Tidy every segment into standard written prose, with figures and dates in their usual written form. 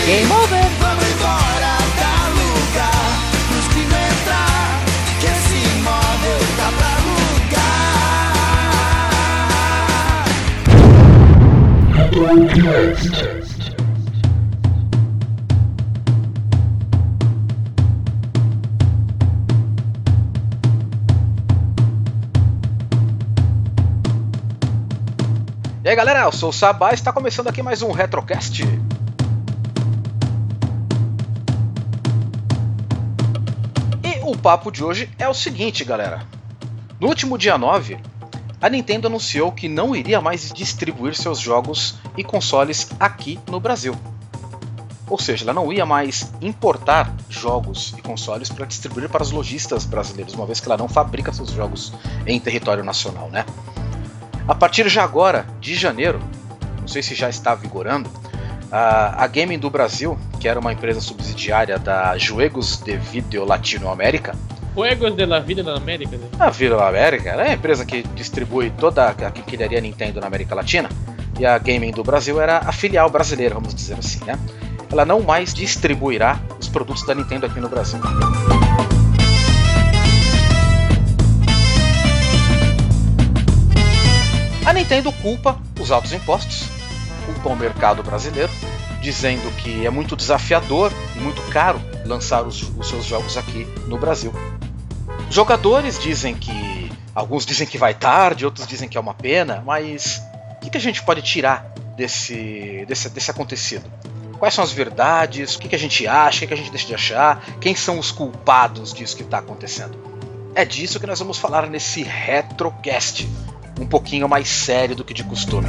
Game over! Vamos embora da lugar, pros que não entrar, que esse imóvel tá pra alugar. E aí galera, eu sou o Sabá e está começando aqui mais um Retrocast. E o papo de hoje é o seguinte, galera. No último dia 9, a Nintendo anunciou que não iria mais distribuir seus jogos e consoles aqui no Brasil. Ou seja, ela não ia mais importar jogos e consoles para distribuir para os lojistas brasileiros, uma vez que ela não fabrica seus jogos em território nacional, né? A partir de agora, de janeiro, não sei se já está vigorando, a Gaming do Brasil, que era uma empresa subsidiária da Juegos de Video Latinoamérica. Juegos de la Vida da América, né? A Video América é a empresa que distribui toda a quinquilharia Nintendo na América Latina. E a Gaming do Brasil era a filial brasileira, vamos dizer assim, né? Ela não mais distribuirá os produtos da Nintendo aqui no Brasil. A Nintendo culpa os altos impostos, culpa o mercado brasileiro, dizendo que é muito desafiador e muito caro lançar os seus jogos aqui no Brasil. Jogadores dizem que... alguns dizem que vai tarde, outros dizem que é uma pena, mas o que a gente pode tirar desse acontecido? Quais são as verdades? O que a gente acha? O que a gente deixa de achar? Quem são os culpados disso que está acontecendo? É disso que nós vamos falar nesse Retrocast. Um pouquinho mais sério do que de costume.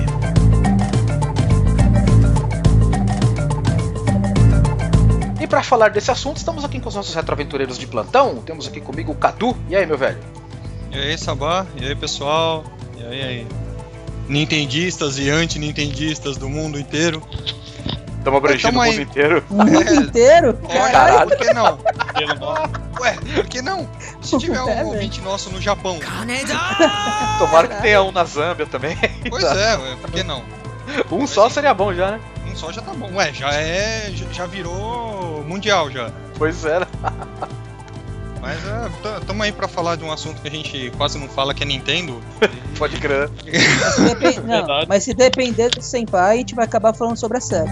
E para falar desse assunto, estamos aqui com os nossos retroaventureiros de plantão. Temos aqui comigo o Cadu. E aí, meu velho? E aí, Sabá? E aí, pessoal? E aí? Nintendistas e anti-nintendistas do mundo inteiro. Estamos abrangindo o mundo inteiro. O mundo inteiro? Caralho, por que não? Ué, por que não? Se tiver um ouvinte nosso no Japão. Tomara que tenha um na Zâmbia também. Pois é, ué, por que não? Um só seria bom já, né? Um só já tá bom. Ué, já virou mundial já. Pois é. Mas tamo aí pra falar de um assunto que a gente quase não fala, que é Nintendo. Pode crer. Mas se depender do Senpai, a gente vai acabar falando sobre a série.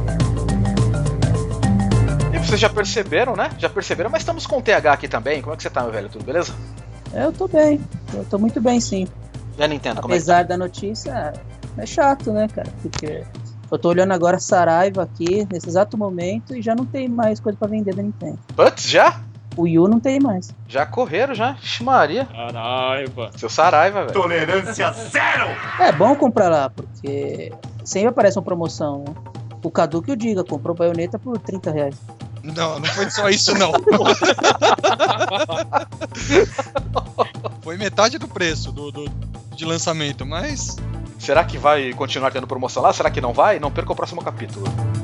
E vocês já perceberam, né? Já perceberam, mas estamos com o TH aqui também. Como é que você tá, meu velho? Tudo beleza? Eu tô bem. Eu tô muito bem, sim. E a Nintendo, como é que Apesar da notícia, é chato, né, cara? Porque eu tô olhando agora Saraiva aqui, nesse exato momento, e já não tem mais coisa pra vender da Nintendo. Putz, já? O Yu não tem mais. Já correram, já? Ixi, Maria. Saraiva. Seu Saraiva, velho. Tolerância zero! É bom comprar lá, porque sempre aparece uma promoção, né? O Cadu que o diga, comprou baioneta por R$30. Não foi só isso não. Foi metade do preço de lançamento, mas... Será que vai continuar tendo promoção lá? Será que não vai? Não perca o próximo capítulo.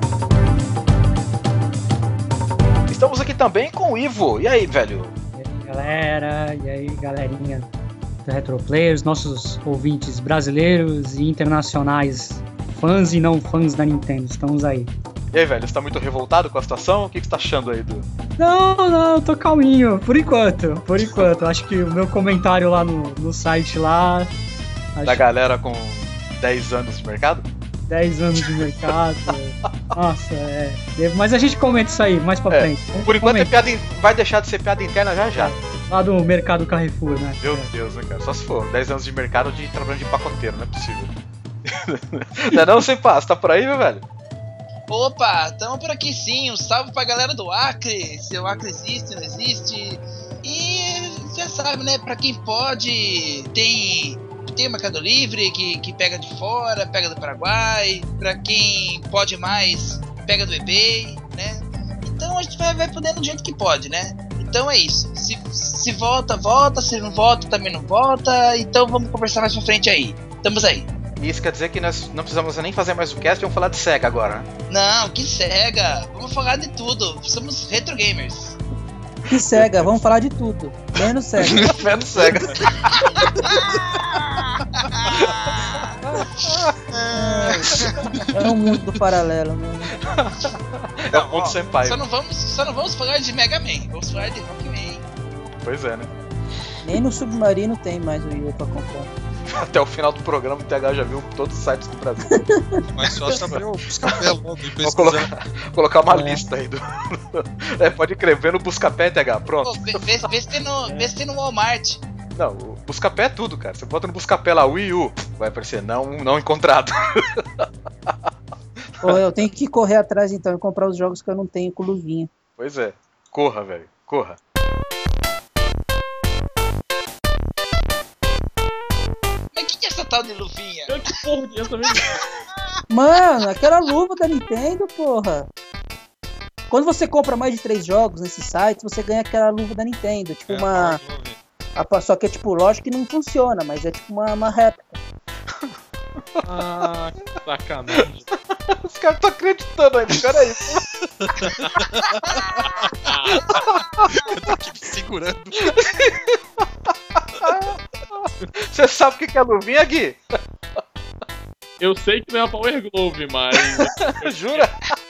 Estamos aqui também com o Ivo. E aí, velho? E aí, galera? E aí, galerinha do Retroplayers, nossos ouvintes brasileiros e internacionais, fãs e não fãs da Nintendo, estamos aí. E aí, velho, você tá muito revoltado com a situação? O que você tá achando aí do... Não, tô calminho, por enquanto. Acho que o meu comentário lá no site lá... Da galera com 10 anos de mercado? 10 anos de mercado. Nossa, mas a gente comenta isso aí mais pra frente. Por enquanto é piada vai deixar de ser piada interna já. Lá do mercado Carrefour, né? Meu Deus, né, cara? Só se for 10 anos de mercado de trabalhando de pacoteiro, não é possível. Não, sem paz, tá por aí, meu velho? Opa, tamo por aqui sim, um salve pra galera do Acre, se o Acre existe, não existe. E já sabe, né, pra quem pode, tem o Mercado Livre que pega de fora, pega do Paraguai. Pra quem pode mais, pega do eBay, né? Então a gente vai podendo do jeito que pode, né? Então é isso, se volta, se não volta, também não volta. Então vamos conversar mais pra frente aí, estamos aí. Isso quer dizer que nós não precisamos nem fazer mais o cast, vamos falar de Sega agora, né? Não, que Sega, vamos falar de tudo, somos retro gamers. Que Sega, vamos falar de tudo, menos Sega. Menos Sega. É um mundo paralelo, mano. É o mundo Senpai. Só não vamos falar de Mega Man, vamos falar de Rockman. Pois é, né? Nem no Submarino tem mais o Wii U pra comprar. Até o final do programa o TH já viu todos os sites do Brasil. Mas só saber o Buscapé logo e Vou pesquisar. colocar uma lista aí do. Pode crer, no Buscapé, TH, pronto. Pô, vê se tem no Walmart. Não, o Buscapé é tudo, cara. Você bota no Buscapé lá, Wii U, vai aparecer não encontrado. Pô, eu tenho que correr atrás então e comprar os jogos que eu não tenho com luvinha. Pois é, corra, velho, corra. Mas o que é essa tal de luvinha? Eu que porra que é essa mesmo? Mano, aquela luva da Nintendo, porra. Quando você compra mais de 3 jogos nesses sites, você ganha aquela luva da Nintendo. Tipo uma. Só que é tipo, lógico que não funciona, mas é tipo uma réplica. Ah, que sacanagem. Os caras estão acreditando ainda, peraí. Eu tô aqui me segurando. Você sabe o que é luvinha, Gui? Eu sei que não é a Power Glove, mas. Jura?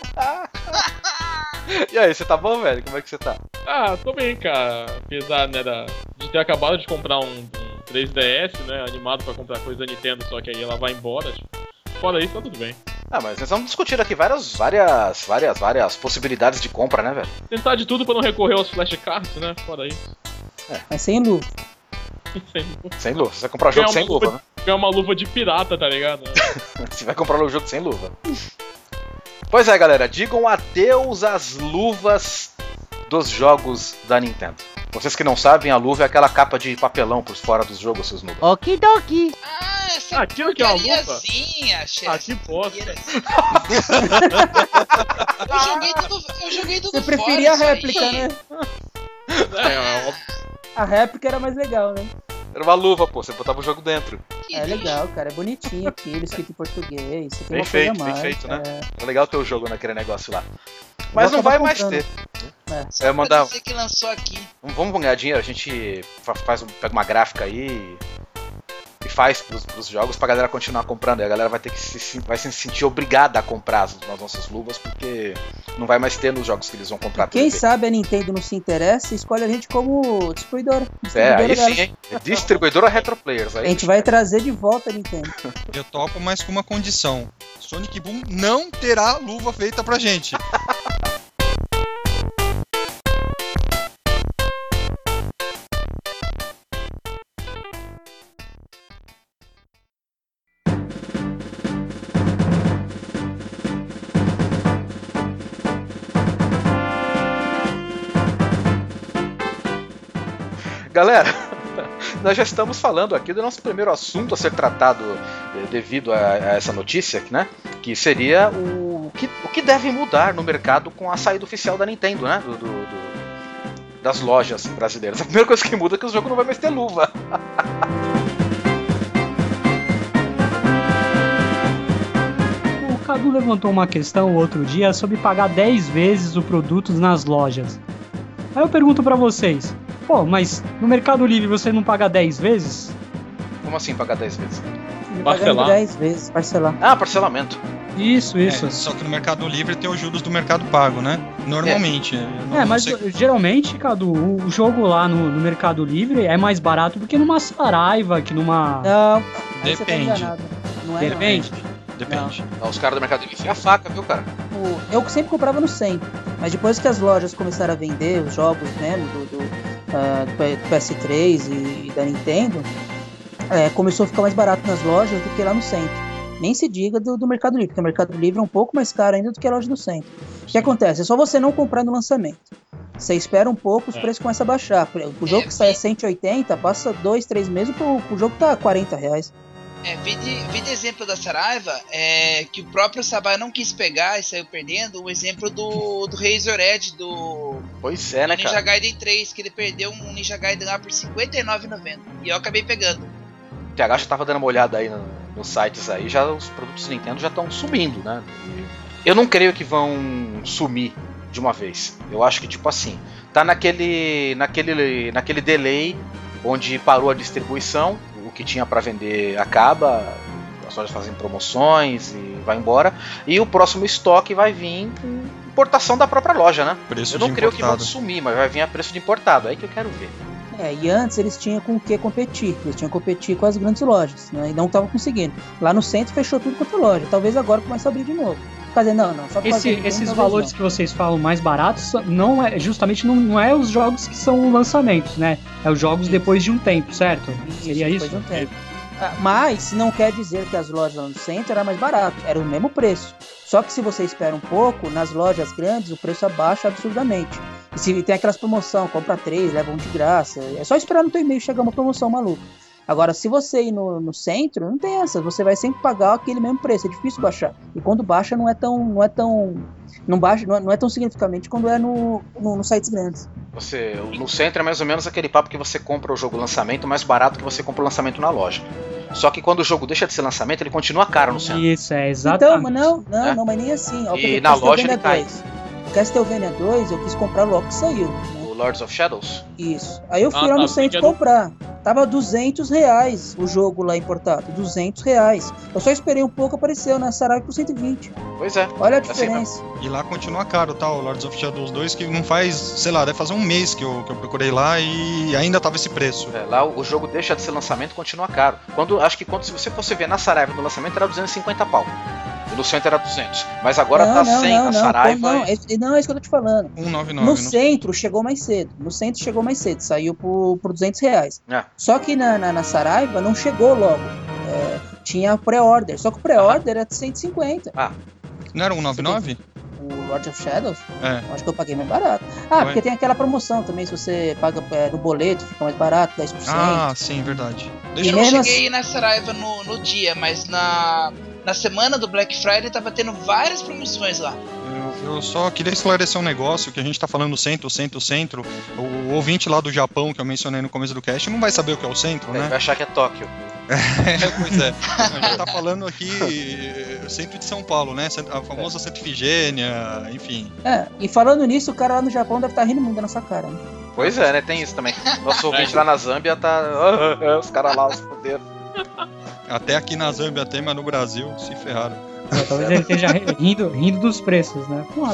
E aí, você tá bom, velho? Como é que você tá? Ah, tô bem, cara. Apesar, né, de ter acabado de comprar um 3DS, né, animado pra comprar coisa da Nintendo, só que aí ela vai embora, tipo. Fora isso, tá tudo bem. Ah, mas nós vamos discutir aqui várias possibilidades de compra, né, velho? Tentar de tudo pra não recorrer aos flashcards, né, fora isso. Mas sem luva. Sem luva. Você vai comprar o jogo sem luva, né? Ganhar uma luva de pirata, tá ligado? Você vai comprar o jogo sem luva. Pois é, galera, digam adeus às luvas dos jogos da Nintendo. Vocês que não sabem, a luva é aquela capa de papelão por fora dos jogos, seus nubes. Okidoki. Ah, essa Aquilo que é uma luva? porcariazinha, chefe. Ah, que bosta. Eu joguei tudo Você fora preferia a isso réplica, aí. né? É óbvio. A réplica era mais legal, né? Era uma luva, pô, você botava o jogo dentro. Que É lixo. legal, cara. É bonitinho aquilo, escrito em português. Você tem Bem uma feito, coisa a bem mais. feito, né? É. É legal ter o jogo naquele negócio lá. Mas Vou não vai acabar mais comprando. ter. Só pra mandar- dizer que lançou aqui. Vamos ganhar dinheiro, a gente pega uma gráfica aí e faz pros jogos pra galera continuar comprando. E a galera vai ter que vai se sentir obrigada a comprar as nossas luvas, porque não vai mais ter nos jogos que eles vão comprar. Quem pelo sabe a Nintendo não se interessa e escolhe a gente como distribuidora. É, aí dela. sim, hein? Distribuidora Retro Players. A Aí. gente vai trazer de volta a Nintendo. Eu topo, mas com uma condição. Sonic Boom não terá luva feita pra gente. Galera, nós já estamos falando aqui do nosso primeiro assunto a ser tratado devido a essa notícia, né? Que seria o que deve mudar no mercado com a saída oficial da Nintendo, né? Das lojas brasileiras. A primeira coisa que muda é que o jogo não vai mais ter luva. O Cadu levantou uma questão outro dia sobre pagar 10 vezes o produto nas lojas. Aí eu pergunto pra vocês, pô, mas no Mercado Livre você não paga 10 vezes? Como assim pagar 10 vezes? Parcelar. Pagando 10 vezes, parcelar. Ah, parcelamento. Isso. É, só que no Mercado Livre tem os juros do Mercado Pago, né? Normalmente. Mas geralmente, Cadu, o jogo lá no Mercado Livre é mais barato do que numa Saraiva, que numa... Não, aí você tá Depende. enganado. Não é, não. Depende. Depende. Os caras do Mercado Livre enfiam a faca, viu, cara? Eu sempre comprava no centro, mas depois que as lojas começaram a vender os jogos mesmo do PS3 e da Nintendo, começou a ficar mais barato nas lojas do que lá no centro. Nem se diga do Mercado Livre, porque o Mercado Livre é um pouco mais caro ainda do que a loja do centro. O que acontece? É só você não comprar no lançamento. Você espera um pouco, os preços começam a baixar. O jogo que sai a 180, passa 2-3 meses, o jogo tá a R$40. Vide exemplo da Saraiva, que o próprio Sabai não quis pegar e saiu perdendo. O exemplo do Razor Edge do Pois é, né, Ninja cara? Gaiden 3, que ele perdeu um Ninja Gaiden lá por R$59,90. E eu acabei pegando. O TH já tava dando uma olhada aí nos sites aí, já os produtos Nintendo já estão sumindo, né? Eu não creio que vão sumir de uma vez. Eu acho que, tipo assim, tá naquele delay onde parou a distribuição, o que tinha pra vender acaba, as lojas fazem promoções e vai embora. E o próximo estoque vai vir com importação da própria loja, né? Preço Eu não de creio que vão importado. sumir, mas vai vir a preço de importado, aí que eu quero ver. E antes eles tinham com o que competir. Eles tinham que competir com as grandes lojas, né? E não estavam conseguindo. Lá no centro fechou tudo quanto é loja. Talvez agora comece a abrir de novo. Quer dizer, não. Só por causa da Nintendo, Esses talvez valores não. que vocês falam mais baratos não é justamente não é os jogos que são lançamentos, né? É os jogos depois de um tempo, certo? Seria depois isso? de um tempo. Mas não quer dizer que as lojas lá no centro era mais barato, era o mesmo preço. Só que se você espera um pouco, nas lojas grandes o preço abaixa absurdamente. E se tem aquelas promoções, compra 3, leva um de graça. É só esperar no teu e-mail chegar uma promoção maluca. Agora, se você ir no centro, não tem essa. Você vai sempre pagar aquele mesmo preço. É difícil baixar. E quando baixa, não é tão significativamente quando é nos sites grandes. No centro é mais ou menos aquele papo que você compra o jogo lançamento mais barato que você compra o lançamento na loja. Só que quando o jogo deixa de ser lançamento, ele continua caro no centro. Isso, é Então, exatamente. mas não, mas nem assim. Ó, por E exemplo, na loja Castlevania ele cai. 2. O Castlevania 2 eu quis comprar logo que saiu. Né? O Lords of Shadows. Isso. Aí eu fui Ah, lá tá, no centro porque comprar. Tava R$200 o jogo lá importado. R$200. Eu só esperei um pouco, apareceu na Saraiva por 120. Pois é. Olha a Assim, diferença. E lá continua caro, tá? O Lords of Shadows 2, que não faz, sei lá, deve fazer um mês que eu procurei lá e ainda tava esse preço. Lá o jogo deixa de ser lançamento e continua caro. Acho que se você fosse ver na Saraiva no lançamento era 250 pau. E no centro era 200. Mas agora tá 100 na Saraiva. Não, é isso que eu tô te falando. 199. No centro chegou mais cedo. Saiu por R$200. É. Só que na Saraiva não chegou logo. Tinha pré-order. Só que o pré-order era de 150. Não era 199? O Lord of Shadows, É. acho que eu paguei mais barato. Porque tem aquela promoção também, se você paga no boleto, fica mais barato, 10%. Ah, sim, verdade. E Eu não mesmo cheguei na Saraiva no dia, mas na semana do Black Friday tava tendo várias promoções lá. Eu só queria esclarecer um negócio, que a gente tá falando centro. O ouvinte lá do Japão, que eu mencionei no começo do cast, não vai saber o que é o centro, Vai né? achar que é Tóquio. Pois é. A gente tá falando aqui centro de São Paulo, né? A famosa Santa Ifigênia, enfim. E falando nisso, o cara lá no Japão deve estar rindo muito da nossa cara, né? Pois é, né? Tem isso também. Nosso ouvinte lá na Zâmbia tá. Os caras lá, os poderes. Até aqui na Zâmbia tem, mas no Brasil se ferraram. Talvez ele esteja rindo dos preços, né? Pô,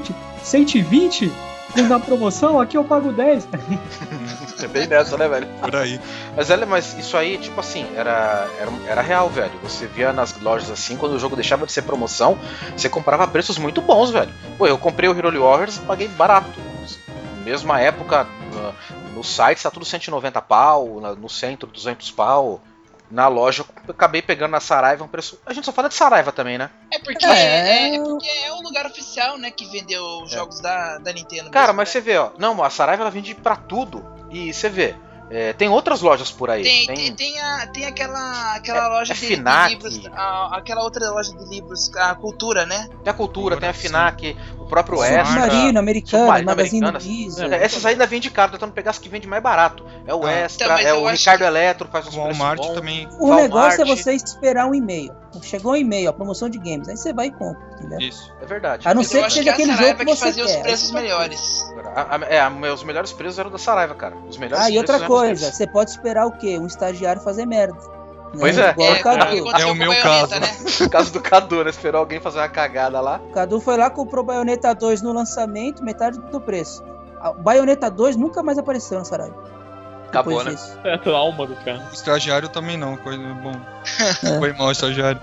120? Com na promoção, aqui eu pago 10. É bem nessa, né, velho? Por aí. Mas isso aí, tipo assim, era real, velho. Você via nas lojas assim, quando o jogo deixava de ser promoção, você comprava a preços muito bons, velho. Pô, eu comprei o Hero Warriors e paguei barato. Na mesma época, no site tá tudo 190 pau, no centro 200 pau. Na loja eu acabei pegando na Saraiva um preço. A gente só fala de Saraiva também, né? Porque é o lugar oficial, né, que vendeu os jogos da Nintendo. Cara, mesmo, mas né? você vê, ó. Não, a Saraiva ela vende pra tudo. E você vê. Tem outras lojas por aí. Tem aquela loja de livros, aquela outra loja de livros, a Cultura, né? Tem a Cultura, tem a Sim. FINAC, o próprio Extra. Submarino, Americana, Submarino, Magazine Americanas. Luiza. Essas ainda vendem caro, tentando pegar as que vendem mais barato. É o Extra, Então, mas é eu o acho Ricardo que- Eletro, faz uns O preços Walmart bons. também. O negócio é Walmart. você esperar um e-mail. Chegou um e-mail, a promoção de games. Aí você vai e compra, entendeu? Isso. É verdade. A não Mas ser eu que acho seja que a aquele jogo Saraiva que que você fazia os quer. preços melhores. Os melhores preços eram da Saraiva, cara. Os melhores E outra preços eram coisa, deles. você pode esperar o quê? Um estagiário fazer merda. Né? Pois é. Igual o O que Cadu. aconteceu É o com meu Bayonetta, caso. né? No caso do Cadu, né? Esperou alguém fazer uma cagada lá. O Cadu foi lá, comprou Bayonetta 2 no lançamento, metade do preço. O Bayonetta 2 nunca mais apareceu na Saraiva. Acabou, Depois né? disso. É a trauma do cara. O estagiário também não. Bom. É. Foi mal o estagiário.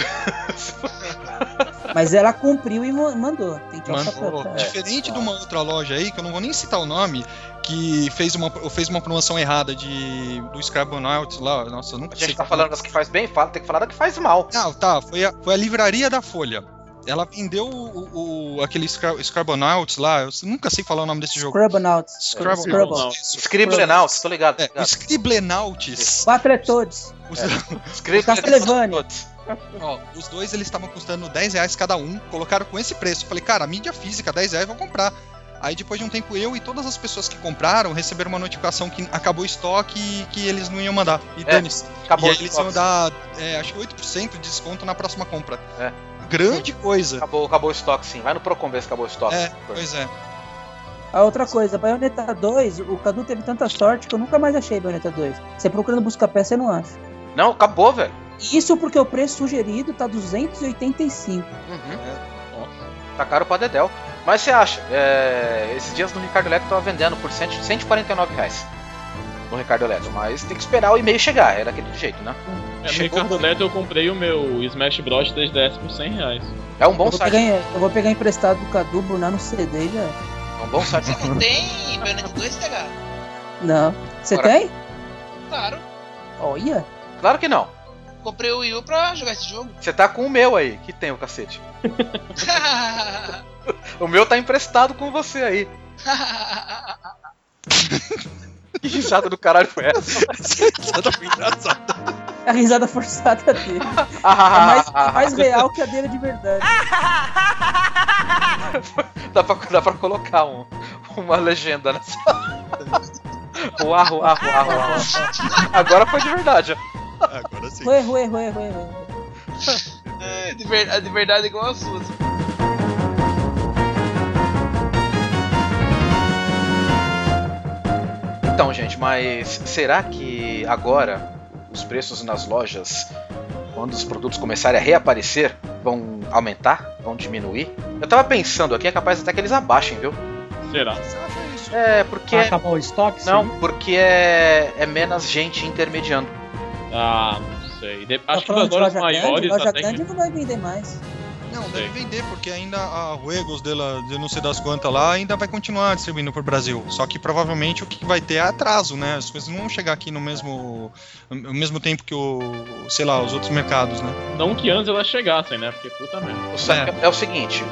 Mas ela cumpriu e mandou. Tem que tirar o chapéu Mano, pra ela. diferente de uma outra loja aí, que eu não vou nem citar o nome, que fez uma promoção errada do Scribblenauts lá. Nossa, eu nunca A sei gente tá falar. falando das que faz bem, tem que falar da que faz mal. Não, tá, foi a livraria da Folha. Ela vendeu aquele Scribblenauts lá, eu nunca sei falar o nome desse jogo. Scrubnauts. Scribblenauts. Scribblenauts, tô ligado. O Scribblenauts. Battletoads. Castlevania. Ó, os dois eles estavam custando R$10 cada um, colocaram com esse preço. Falei, cara, mídia física, R$10 vou comprar. Aí depois de um tempo eu e todas as pessoas que compraram receberam uma notificação que acabou o estoque e que eles não iam mandar. E dane-se. Acabou E o aí eles estoque. iam dar, acho que 8% de desconto na próxima compra. É. Grande coisa. Acabou o estoque, sim. Vai no Procon ver se acabou o estoque. Pois é. A outra coisa, Bayonetta 2, o Cadu teve tanta sorte que eu nunca mais achei Bayonetta 2. Você procurando buscar peça, você não acha. Não, acabou, velho. Isso porque o preço sugerido tá 285. Tá caro pra dedéu. Mas você acha, esses dias no Ricardo Eletro tava vendendo por R$149 no Ricardo Eletro, mas tem que esperar o e-mail chegar, é daquele jeito, né? No Ricardo Eletro eu comprei o meu Smash Bros 3DS por R$100. É um bom site. Eu vou pegar emprestado do Cadu, burlar no CD e já. É um bom site. Você não tem Bayonetta 2, TH? Não. Você Agora- tem? Claro. Olha. Claro que não. Comprei o Wii U pra jogar esse jogo. Você tá com o meu aí, que tem o cacete. O meu tá emprestado com você aí. Que risada do caralho foi essa? Nada foi engraçado. A risada forçada dele. É mais real que a dele de verdade. Dá pra colocar uma legenda nessa. Uau. Agora foi de verdade. Agora sim. Ruê. De verdade igual a sua. Então, gente, mas será que agora os preços nas lojas, quando os produtos começarem a reaparecer, vão aumentar? Vão diminuir? Eu tava pensando aqui, é capaz até que eles abaixem, viu? Será? Você acha isso? É, porque... Vai acabar o estoque? Não, sim? porque é menos gente intermediando. Ah, não sei. Acho que falando as de lojas loja maiores grande, loja até grande não vai vender mais. Não, deve vender, porque ainda a Ruegos dela, de não sei das quantas lá, ainda vai continuar distribuindo pro Brasil. Só que provavelmente o que vai ter é atraso, né? As coisas não vão chegar aqui no mesmo tempo que os outros mercados, né? Não que antes elas chegassem, né? Porque puta merda. É o seguinte,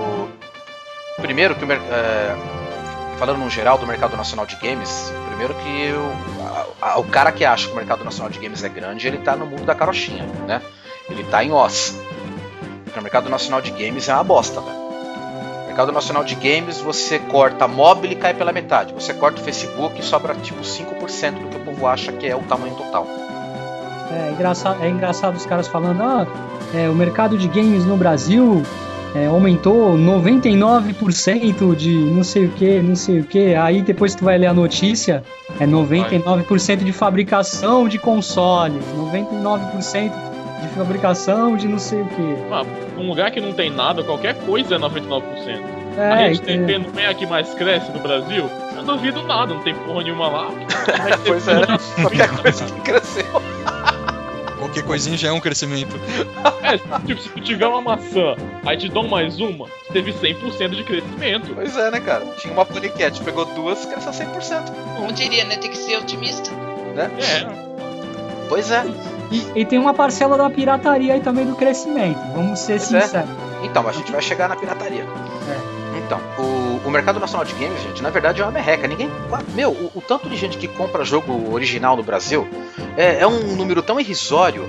primeiro que falando no geral do mercado nacional de games, primeiro que o cara que acha que o mercado nacional de games é grande, ele tá no mundo da carochinha, né? Ele tá em Oz. Porque o mercado nacional de games é uma bosta, velho. No mercado nacional de games, você corta mobile e cai pela metade. Você corta o Facebook e sobra tipo 5% do que o povo acha que é o tamanho total. É engraçado os caras falando, o mercado de games no Brasil aumentou 99% de não sei o que. Aí depois tu vai ler a notícia, 99% de fabricação de consoles, 99% de fabricação de não sei o que. Num lugar que não tem nada, qualquer coisa é 99%. A gente não é a que mais cresce no Brasil? Eu não duvido nada, não tem porra nenhuma lá. Pois é, qualquer coisa que cresceu. Qualquer coisinha já é um crescimento. Tipo, se tu tiver uma maçã, aí te dão mais uma, tu teve 100% de crescimento. Pois é, né, cara? Tinha uma paniquete, pegou duas, cresceu 100%. Não diria, né? Tem que ser otimista. Né? Pois é. E tem uma parcela da pirataria aí também do crescimento, vamos ser sinceros. Então, a gente vai chegar na pirataria. Então, o mercado nacional de games, gente, na verdade é uma merreca. O tanto de gente que compra jogo original no Brasil é um número tão irrisório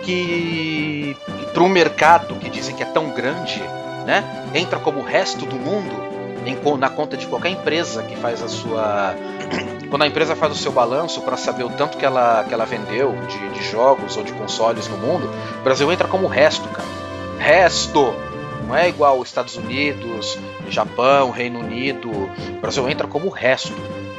que para um mercado que dizem que é tão grande, né, entra como o resto do mundo na conta de qualquer empresa que faz a sua... Quando a empresa faz o seu balanço para saber o tanto que ela vendeu de jogos ou de consoles no mundo, o Brasil entra como resto, cara. Resto! Não é igual os Estados Unidos, Japão, Reino Unido. O Brasil entra como resto.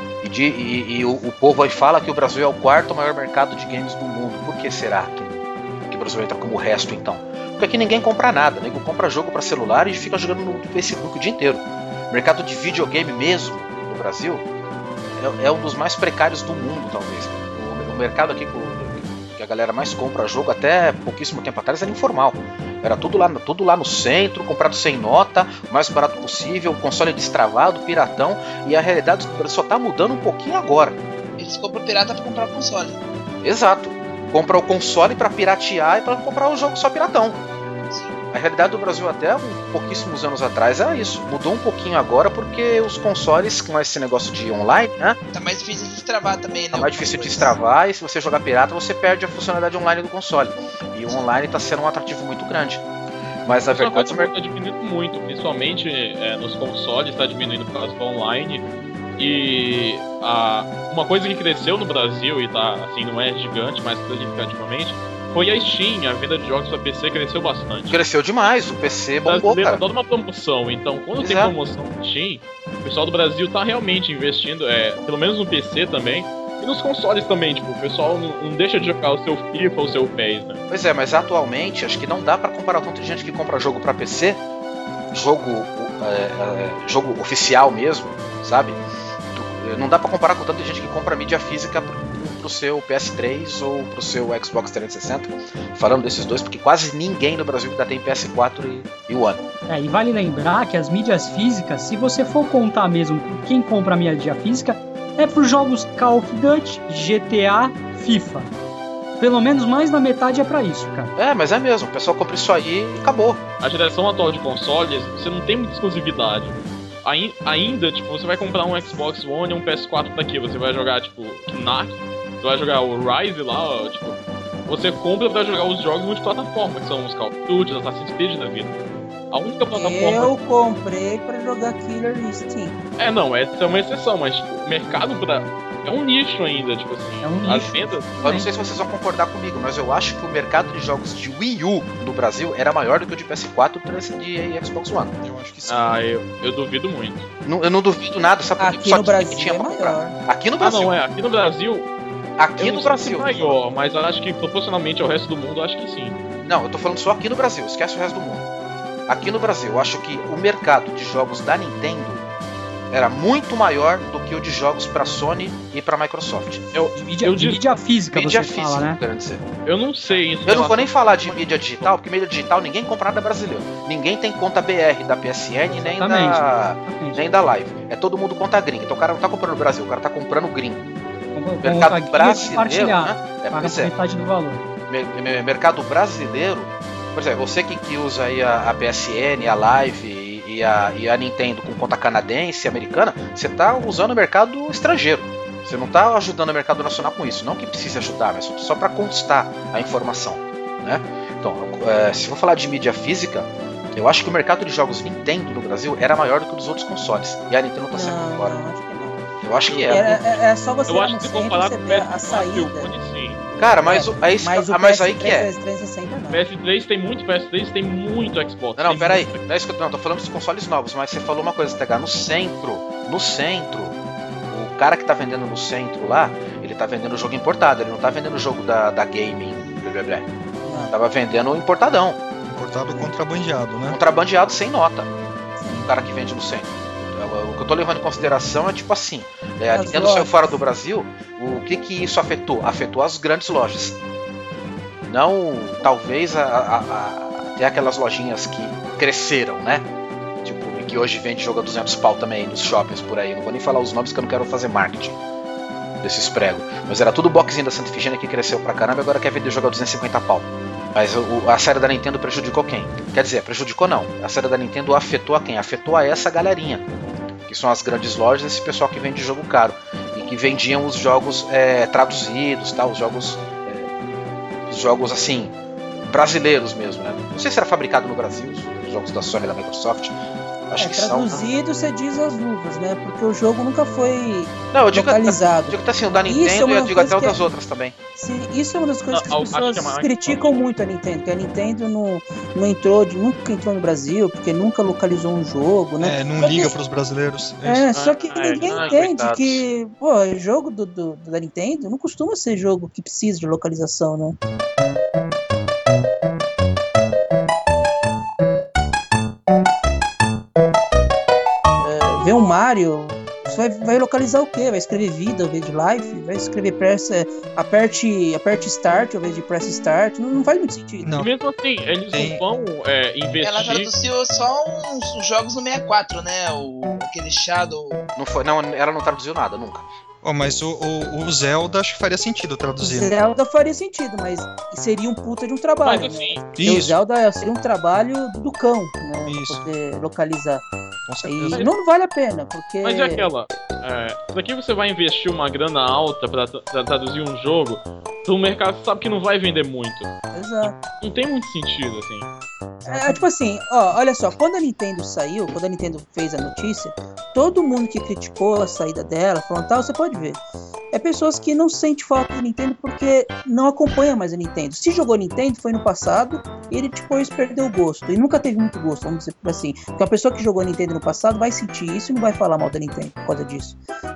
E o povo aí fala que o Brasil é o quarto maior mercado de games do mundo. Por que será que o Brasil entra como resto, então? Porque aqui ninguém compra nada. Nego compra jogo para celular e fica jogando no Facebook o dia inteiro. O mercado de videogame mesmo no Brasil é um dos mais precários do mundo, talvez. O mercado aqui que a galera mais compra jogo até pouquíssimo tempo atrás era informal. Era tudo lá no centro, comprado sem nota, o mais barato possível, console destravado, piratão, e a realidade só tá mudando um pouquinho agora. Eles compram pirata pra comprar o console. Exato. Compra o console pra piratear e pra comprar o jogo só piratão. A realidade do Brasil até pouquíssimos anos atrás era isso. Mudou um pouquinho agora porque os consoles, com esse negócio de online, né? Tá mais difícil de destravar também, né? Tá mais difícil de destravar, e se você jogar pirata, você perde a funcionalidade online do console. E o online tá sendo um atrativo muito grande. Mas a verdade é que tá diminuindo muito, principalmente nos consoles, tá diminuindo por causa do online. E uma coisa que cresceu no Brasil e tá, assim, não é gigante, mas significativamente, foi a Steam. A venda de jogos para PC cresceu bastante. Cresceu demais, o PC bombou, cara. Adora uma promoção, então quando tem promoção no Steam, o pessoal do Brasil tá realmente investindo, pelo menos no PC também, E nos consoles também, tipo, o pessoal não deixa de jogar o seu FIFA ou o seu PES, né? Pois é, mas atualmente acho que não dá pra comparar o tanto de gente que compra jogo pra PC, jogo oficial mesmo, sabe? Não dá pra comparar com o tanto de gente que compra mídia física pro seu PS3 ou pro seu Xbox 360, falando desses dois, porque quase ninguém no Brasil ainda tem PS4 e One. E vale lembrar que as mídias físicas, se você for contar mesmo quem compra a mídia física, é pros jogos Call of Duty, GTA, FIFA. Pelo menos mais da metade é pra isso, cara. Mas é mesmo, o pessoal compra isso aí e acabou. A geração atual de consoles, você não tem muita exclusividade. Ainda, tipo, você vai comprar um Xbox One ou um PS4 daqui, você vai jogar, tipo, Knack, você vai jogar o Rise lá, ó, tipo, você compra pra jogar os jogos multiplataforma, que são os Call of Duty, Assassin's Creed da vida. A única plataforma... Eu comprei pra jogar Killer Instinct. Não, essa é uma exceção, mas, tipo, o mercado pra... é um nicho ainda, tipo assim, é um nicho. As vendas... Eu não sei se vocês vão concordar comigo, mas eu acho que o mercado de jogos de Wii U no Brasil era maior do que o de PS4 e Xbox One. Eu acho que sim. Eu duvido muito. Eu não duvido nada, sabe por quê? Aqui Só no que Brasil tinha é pra comprar. maior. Aqui no Brasil. Aqui no Brasil... Aqui eu no não sei se Brasil. maior, mas eu acho que proporcionalmente ao resto do mundo, eu acho que sim. Não, eu tô falando só aqui no Brasil, esquece o resto do mundo. Aqui no Brasil, eu acho que o mercado de jogos da Nintendo era muito maior do que o de jogos pra Sony e pra Microsoft. Mídia física, Mídia você física, fala, né? quero dizer. Eu não sei isso. Eu não vou nem falar de mídia digital, porque mídia digital ninguém compra nada brasileiro. Ninguém tem conta BR da PSN nem da Live. É todo mundo conta gringa. Então o cara não tá comprando no Brasil, o cara tá comprando gringo. Mercado brasileiro, né? Paga por metade do valor. Mercado brasileiro, por exemplo, você que usa aí a PSN, a Live e a Nintendo com conta canadense, americana, você tá usando o mercado estrangeiro. Você não tá ajudando o mercado nacional com isso. Não que precise ajudar, mas só para constar a informação, né? Então, se for falar de mídia física, eu acho que o mercado de jogos Nintendo no Brasil era maior do que o dos outros consoles. E a Nintendo tá saindo fora. Não, acho que não. Eu acho que é só você eu ir acho no que se centro, comparar você com o ver a PS4 saída. e o One, sim. Cara, mas aí que é. PS360 não. PS3 tem muito Xbox. Não, peraí. Não, tô falando dos consoles novos, mas você falou uma coisa, TH. No centro, o cara que tá vendendo no centro lá, ele tá vendendo o jogo importado, ele não tá vendendo o jogo da gaming, blá blá blá. Não. Tava vendendo o importadão. Importado contrabandeado, né? Contrabandeado sem nota. O cara que vende no centro. O que eu tô levando em consideração é tipo assim, a Nintendo saiu fora do Brasil, o que isso afetou? Afetou as grandes lojas. Não, talvez até aquelas lojinhas que cresceram, né? Tipo, e que hoje vende jogo a 200 pau também nos shoppings por aí. Não vou nem falar os nomes que eu não quero fazer marketing desses pregos. Mas era tudo boxinho da Santa Efigênia que cresceu pra caramba e agora quer vender jogo a 250 pau. Mas a série da Nintendo prejudicou quem? Quer dizer, prejudicou não. A série da Nintendo afetou a quem? Afetou a essa galerinha. Que são as grandes lojas, esse pessoal que vende jogo caro. E que vendiam os jogos traduzidos, tá? Os jogos assim, brasileiros mesmo, né? Não sei se era fabricado no Brasil, os jogos da Sony e da Microsoft. Acho que traduzido, você diz as luvas, né? Porque o jogo nunca foi eu digo localizado. Eu digo que tá assim, o da Nintendo e eu digo até o das outras também. Isso é uma das coisas que as pessoas criticam muito a Nintendo, que a Nintendo nunca entrou no Brasil, porque nunca localizou um jogo, né? Não liga pros brasileiros. Só que ninguém entende que, jogo da Nintendo não costuma ser jogo que precisa de localização, né? Ver um Mario, você vai localizar o quê? Vai escrever vida ao invés de life? Vai escrever aperte start ao invés de press start? Não faz muito sentido. Não. Mesmo assim, eles não vão investir... Ela traduziu só uns jogos no 64, né? Aquele Shadow... Não, ela não traduziu nada, nunca. Mas o Zelda acho que faria sentido traduzir. O Zelda faria sentido, mas seria um puta de um trabalho. Mas assim, né? O Zelda seria um trabalho do cão, né? Isso. Pra poder localizar. Com certeza. E não vale a pena, porque... Mas é aquela... daqui você vai investir uma grana alta pra traduzir um jogo, o mercado sabe que não vai vender muito. Exato. Não tem muito sentido, assim. Tipo assim, olha só, quando a Nintendo fez a notícia, todo mundo que criticou a saída dela, falando você pode ver, é pessoas que não sentem falta da Nintendo porque não acompanha mais a Nintendo. Se jogou Nintendo, foi no passado, e ele depois perdeu o gosto, e nunca teve muito gosto, vamos dizer assim. Porque a pessoa que jogou Nintendo no passado vai sentir isso e não vai falar mal da Nintendo por causa disso.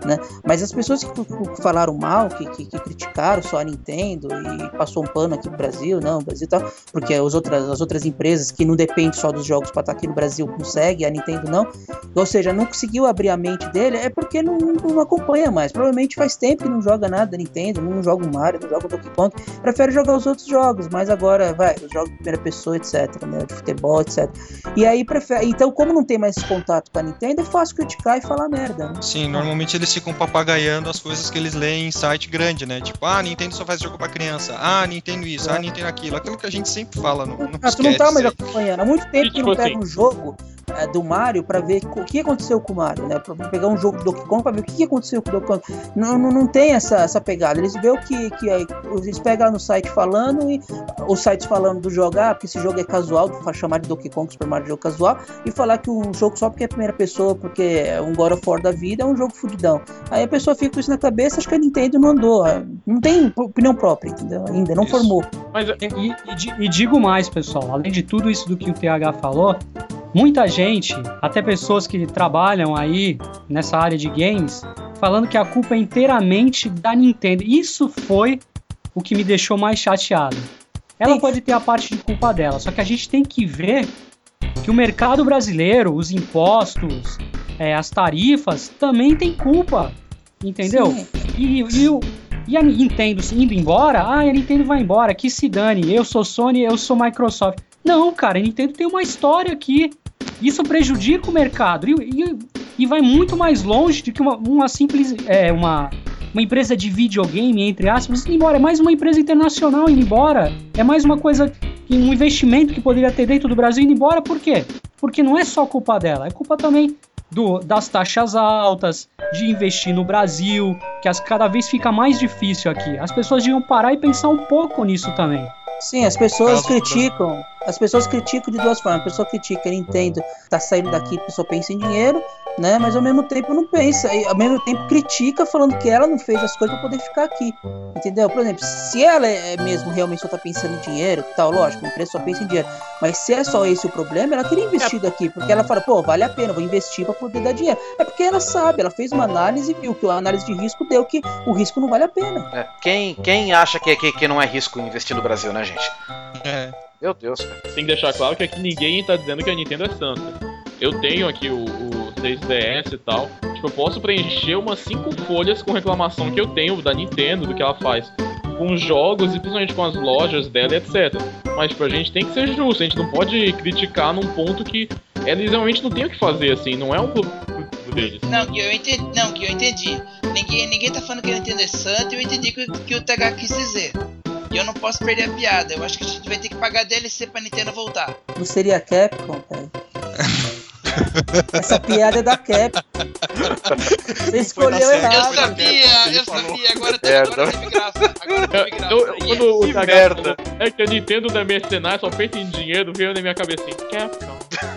né? Mas as pessoas que falaram mal, que criticaram só a Nintendo e passou um pano aqui no Brasil, não, o Brasil tá, porque as outras empresas que não dependem só dos jogos para estar aqui no Brasil conseguem, a Nintendo não, ou seja, não conseguiu abrir a mente dele, é porque não acompanha mais, provavelmente faz tempo que não joga nada da Nintendo, não joga o Mario, não joga o Donkey Kong, prefere jogar os outros jogos, mas agora os jogos de primeira pessoa, etc, né, de futebol, etc, e aí prefere, então como não tem mais esse contato com a Nintendo, é fácil criticar e falar merda, né? Sim, normalmente eles ficam papagaiando as coisas que eles leem em site grande, né? Tipo, a Nintendo só faz jogo pra criança, Nintendo isso, Nintendo aquilo que a gente sempre fala no tu não tá mais acompanhando, há muito tempo que não pega um jogo do Mario pra ver o que aconteceu com o Mario, né? Pra pegar um jogo do Donkey Kong pra ver o que aconteceu com o Donkey Kong. Não tem essa pegada. Eles veem o que eles pegam lá no site falando e os sites falando do jogo, porque esse jogo é casual, pra chamar de Donkey Kong Super Mario jogo casual, e falar que um jogo só porque é primeira pessoa, porque é um God of War da vida, é um jogo fudidão. Aí a pessoa fica com isso na cabeça, acho que a Nintendo não andou, não tem opinião própria, entendeu? Ainda não formou. Mas, e digo mais, pessoal, além de tudo isso do que o TH falou, muita gente, até pessoas que trabalham aí nessa área de games, falando que a culpa é inteiramente da Nintendo. Isso foi o que me deixou mais chateado. Ela pode ter a parte de culpa dela, só que a gente tem que ver que o mercado brasileiro, os impostos, as tarifas, também tem culpa, entendeu? E a Nintendo indo embora, a Nintendo vai embora, que se dane, eu sou Sony, eu sou Microsoft. Não, cara, a Nintendo tem uma história aqui. Isso prejudica o mercado e vai muito mais longe do que uma simples uma empresa de videogame, entre aspas, indo embora. É mais uma empresa internacional indo embora. É mais uma coisa, um investimento que poderia ter dentro do Brasil indo embora. Por quê? Porque não é só culpa dela, é culpa também das taxas altas, de investir no Brasil, que cada vez fica mais difícil aqui. As pessoas deviam parar e pensar um pouco nisso também. Sim, as pessoas criticam de duas formas. A pessoa critica a Nintendo, tá saindo daqui, a pessoa pensa em dinheiro, né? Mas ao mesmo tempo não pensa, e ao mesmo tempo critica falando que ela não fez as coisas para poder ficar aqui, entendeu? Por exemplo, se ela mesmo realmente só tá pensando em dinheiro, tal, lógico, a empresa só pensa em dinheiro, mas se é só esse o problema, ela teria investido aqui, porque ela fala, vale a pena, vou investir para poder dar dinheiro. É porque ela sabe, ela fez uma análise e viu que a análise de risco deu que o risco não vale a pena. Quem acha que não é risco investir no Brasil, né, gente? Meu Deus, cara. Tem que deixar claro que aqui ninguém tá dizendo que a Nintendo é santa. Eu tenho aqui o 3DS e tal. Tipo, eu posso preencher umas 5 folhas com reclamação que eu tenho da Nintendo, do que ela faz com os jogos e principalmente com as lojas dela, etc. Mas, tipo, a gente tem que ser justo. A gente não pode criticar num ponto que eles realmente não tem o que fazer, assim. Não é um problema deles. Não, que eu entendi. Ninguém tá falando que a Nintendo é santa e eu entendi que o TH quis dizer. E eu não posso perder a piada. Eu acho que a gente vai ter que pagar DLC pra Nintendo voltar. Não seria a Capcom, cara? Essa piada é da Capcom. Você escolheu errado. Eu sabia. Agora teve graça. Quando o TH falou, que a Nintendo não é mercenária, só pensa em dinheiro, veio na minha cabeça assim, Capcom.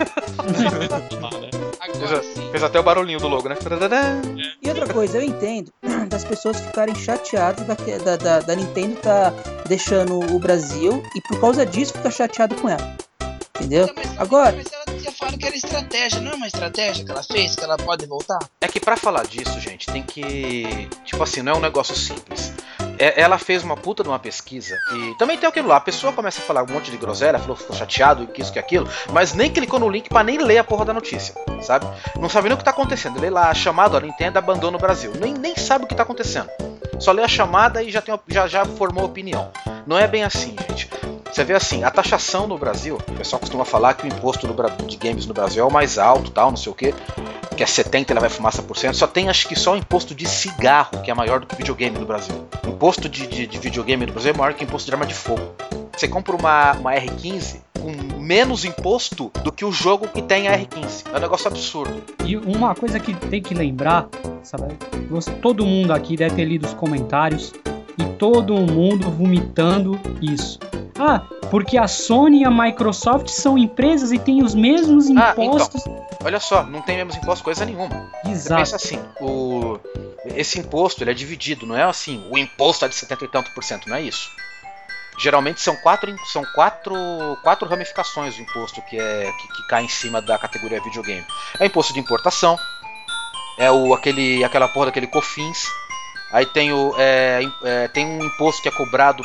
Fez até o barulhinho do logo, né? E outra coisa, eu entendo das pessoas ficarem chateadas da Nintendo tá deixando o Brasil e por causa disso fica chateado com ela. Entendeu? Agora. Mas ela tinha falado que era estratégia, não é uma estratégia que ela fez, que ela pode voltar? É que pra falar disso, gente, tem que. Tipo assim, não é um negócio simples. Ela fez uma puta de uma pesquisa e também tem aquilo lá, a pessoa começa a falar um monte de groselha, falou que ficou chateado, que isso, que aquilo, mas nem clicou no link pra nem ler a porra da notícia, sabe? Não sabe nem o que tá acontecendo, lê lá, chamado, a Nintendo abandona o Brasil, nem sabe o que tá acontecendo. Só lê a chamada e já formou opinião. Não é bem assim, gente. Você vê assim, a taxação no Brasil, o pessoal costuma falar que o imposto de games no Brasil é o mais alto, tal, não sei o que é 70% e leva fumaça por cento, só tem acho que só o imposto de cigarro, que é maior do que o videogame no Brasil. O imposto de videogame no Brasil é maior que o imposto de arma de fogo. Você compra uma R15 com menos imposto do que o jogo que tem a R15. É um negócio absurdo. E uma coisa que tem que lembrar, sabe? Todo mundo aqui deve ter lido os comentários e todo mundo vomitando isso. Porque a Sony e a Microsoft são empresas e têm os mesmos impostos. Então, olha só, não tem mesmos impostos coisa nenhuma. Exato. Você pensa assim, esse imposto ele é dividido, não é assim, o imposto é de 70 e tanto por cento, não é isso. Geralmente são quatro ramificações do imposto que cai em cima da categoria videogame. É o imposto de importação, é aquela porra daquele COFINS. Aí tem tem um imposto que é cobrado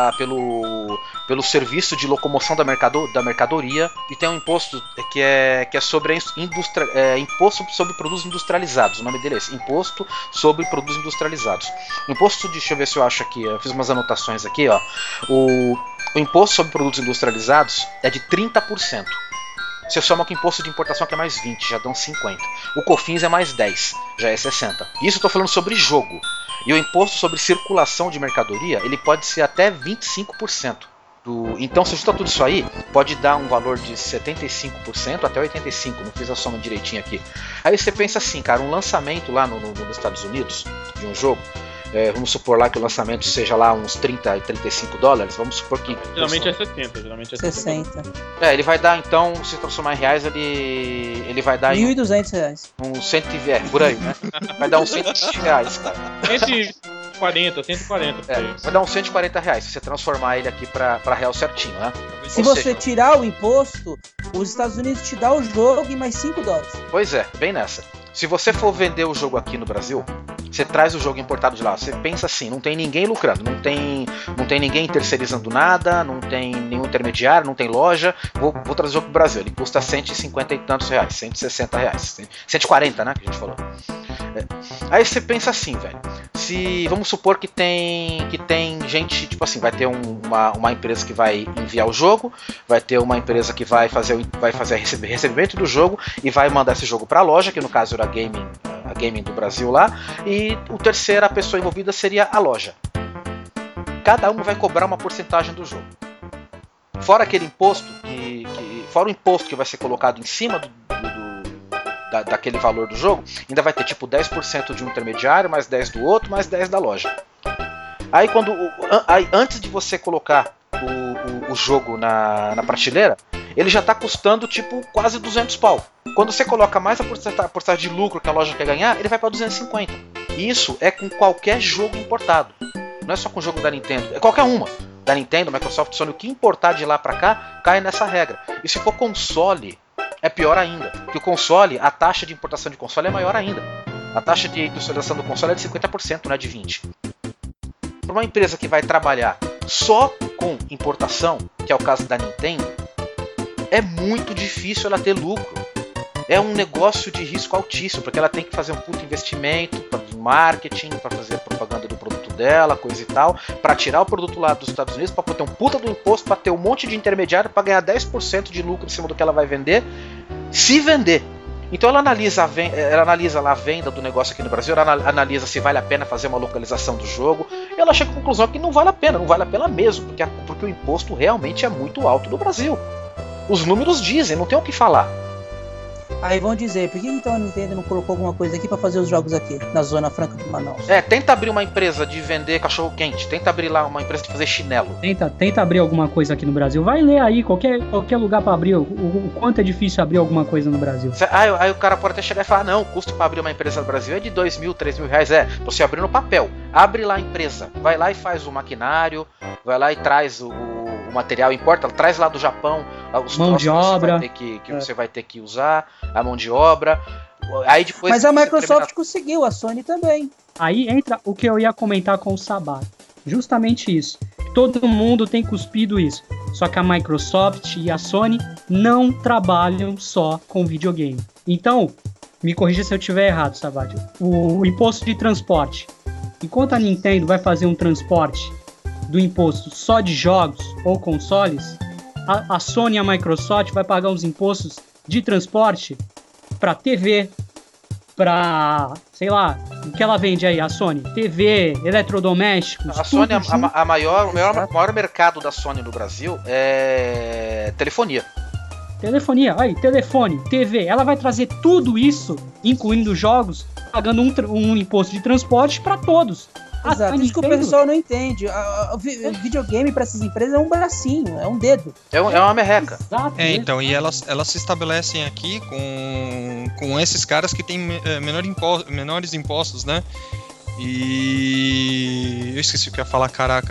pelo serviço de locomoção da mercadoria, e tem um imposto que é sobre imposto sobre produtos industrializados. O nome dele é esse, imposto sobre produtos industrializados. O imposto deixa eu ver se eu acho aqui, eu fiz umas anotações aqui, ó. O imposto sobre produtos industrializados é de 30%. Você soma com o imposto de importação, que é mais 20, já dão 50. O COFINS é mais 10, já é 60. Isso eu estou falando sobre jogo. E o imposto sobre circulação de mercadoria, ele pode ser até 25%. Então, se juntar tudo isso aí, pode dar um valor de 75% até 85%. Não fiz a soma direitinho aqui. Aí você pensa assim, cara, um lançamento lá nos Estados Unidos de um jogo, vamos supor lá que o lançamento seja lá uns 30 e 35 dólares, vamos supor que... Geralmente é 70, geralmente é 60. Ele vai dar então, se transformar em reais, ele vai dar... R$1.200. Uns 120, por aí, né? Vai dar uns 120 reais, cara. 140. Vai dar uns 140 reais, se você transformar ele aqui pra real certinho, né? Se você tirar o imposto, os Estados Unidos te dá o jogo e mais 5 dólares. Pois é, bem nessa. Se você for vender o jogo aqui no Brasil, você traz o jogo importado de lá, você pensa assim, não tem ninguém lucrando, não tem ninguém terceirizando nada, não tem nenhum intermediário, não tem loja, vou trazer o jogo pro Brasil, ele custa 150 e tantos reais, 160 reais, 140, né, que a gente falou. Aí você pensa assim, velho, vamos supor que tem gente, tipo assim, vai ter uma empresa que vai enviar o jogo, vai ter uma empresa que vai fazer recebimento do jogo e vai mandar esse jogo para a loja, que no caso era a Gaming do Brasil lá, e a pessoa envolvida seria a loja. Cada uma vai cobrar uma porcentagem do jogo. Fora aquele imposto fora o imposto que vai ser colocado em cima daquele valor do jogo, ainda vai ter tipo 10% de um intermediário, mais 10 do outro, mais 10 da loja. Aí antes de você colocar o jogo na prateleira, ele já está custando tipo quase 200 pau. Quando você coloca mais a porcentagem de lucro que a loja quer ganhar, ele vai para 250. E isso é com qualquer jogo importado. Não é só com o jogo da Nintendo, é qualquer uma. Da Nintendo, Microsoft, Sony, o que importar de lá para cá, cai nessa regra. E se for console, é pior ainda. Porque o console, a taxa de importação de console é maior ainda. A taxa de industrialização do console é de 50%, não é de 20%. Para uma empresa que vai trabalhar só com importação, que é o caso da Nintendo, é muito difícil ela ter lucro. É um negócio de risco altíssimo, porque ela tem que fazer um puto investimento de marketing, para fazer propaganda do produto dela, coisa e tal, para tirar o produto lá dos Estados Unidos, para ter um puta do imposto, para ter um monte de intermediário, para ganhar 10% de lucro em cima do que ela vai vender, se vender. Então ela analisa lá a venda do negócio aqui no Brasil, ela analisa se vale a pena fazer uma localização do jogo, e ela chega à conclusão que não vale a pena mesmo, porque o imposto realmente é muito alto no Brasil. Os números dizem, não tem o que falar. Aí vão dizer, por que então a Nintendo não colocou alguma coisa aqui pra fazer os jogos aqui, na Zona Franca de Manaus? Tenta abrir uma empresa de vender cachorro quente, tenta abrir lá uma empresa de fazer chinelo. Tenta abrir alguma coisa aqui no Brasil. Vai ler aí, qualquer lugar pra abrir, o quanto é difícil abrir alguma coisa no Brasil. Aí o cara pode até chegar e falar, não, o custo pra abrir uma empresa no Brasil é de 2 mil, 3 mil reais. Você abrir no papel, abre lá a empresa, vai lá e faz o maquinário, vai lá e traz o material, importa, traz lá do Japão os mão de obra que você vai ter que usar, a mão de obra. Aí depois, mas a Microsoft conseguiu, a Sony também. Aí entra o que eu ia comentar com o Sabá. Justamente isso. Todo mundo tem cuspido isso. Só que a Microsoft e a Sony não trabalham só com videogame. Então, me corrija se eu estiver errado, Sabá. O imposto de transporte. Enquanto a Nintendo vai fazer um transporte do imposto só de jogos ou consoles, a Sony e a Microsoft vai pagar os impostos de transporte para TV, para, sei lá, o que ela vende aí, a Sony? TV, eletrodomésticos. A Sony, o maior mercado da Sony no Brasil é telefonia. Telefonia, aí, telefone, TV, ela vai trazer tudo isso, incluindo jogos, pagando um imposto de transporte para todos. Exato, isso que o pessoal não entende. O videogame para essas empresas é um bracinho, é um dedo. É uma merreca. Exato, então, e elas se estabelecem aqui com esses caras que têm menores impostos, né? E eu esqueci o que eu ia falar, caraca.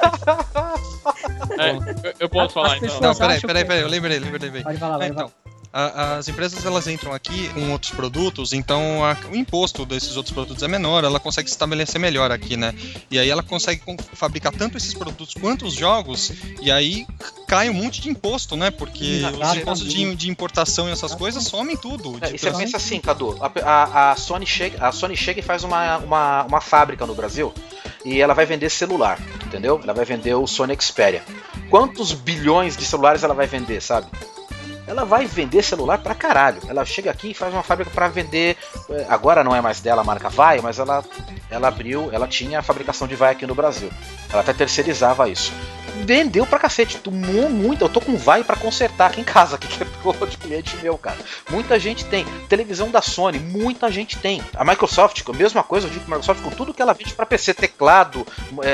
Eu posso falar então. Não, peraí, eu lembrei. Pode falar, então, as empresas elas entram aqui com outros produtos, então o imposto desses outros produtos é menor, ela consegue se estabelecer melhor aqui, né? E aí ela consegue fabricar tanto esses produtos quanto os jogos, e aí cai um monte de imposto, né? Porque os impostos de importação e essas coisas somem tudo. E você pensa assim, Cadu, a Sony chega e faz uma fábrica no Brasil e ela vai vender celular, entendeu? Ela vai vender o Sony Xperia. Quantos bilhões de celulares ela vai vender, sabe? Ela vai vender celular pra caralho. Ela chega aqui e faz uma fábrica pra vender. Agora não é mais dela a marca Vai, mas ela tinha a fabricação de Vai aqui no Brasil. Ela até terceirizava isso. Vendeu pra cacete, muito. Eu tô com Vai pra consertar aqui em casa, que é de cliente meu, cara. Muita gente tem. Televisão da Sony, muita gente tem. A Microsoft, a mesma coisa, eu digo que a Microsoft, com tudo que ela vende pra PC, teclado,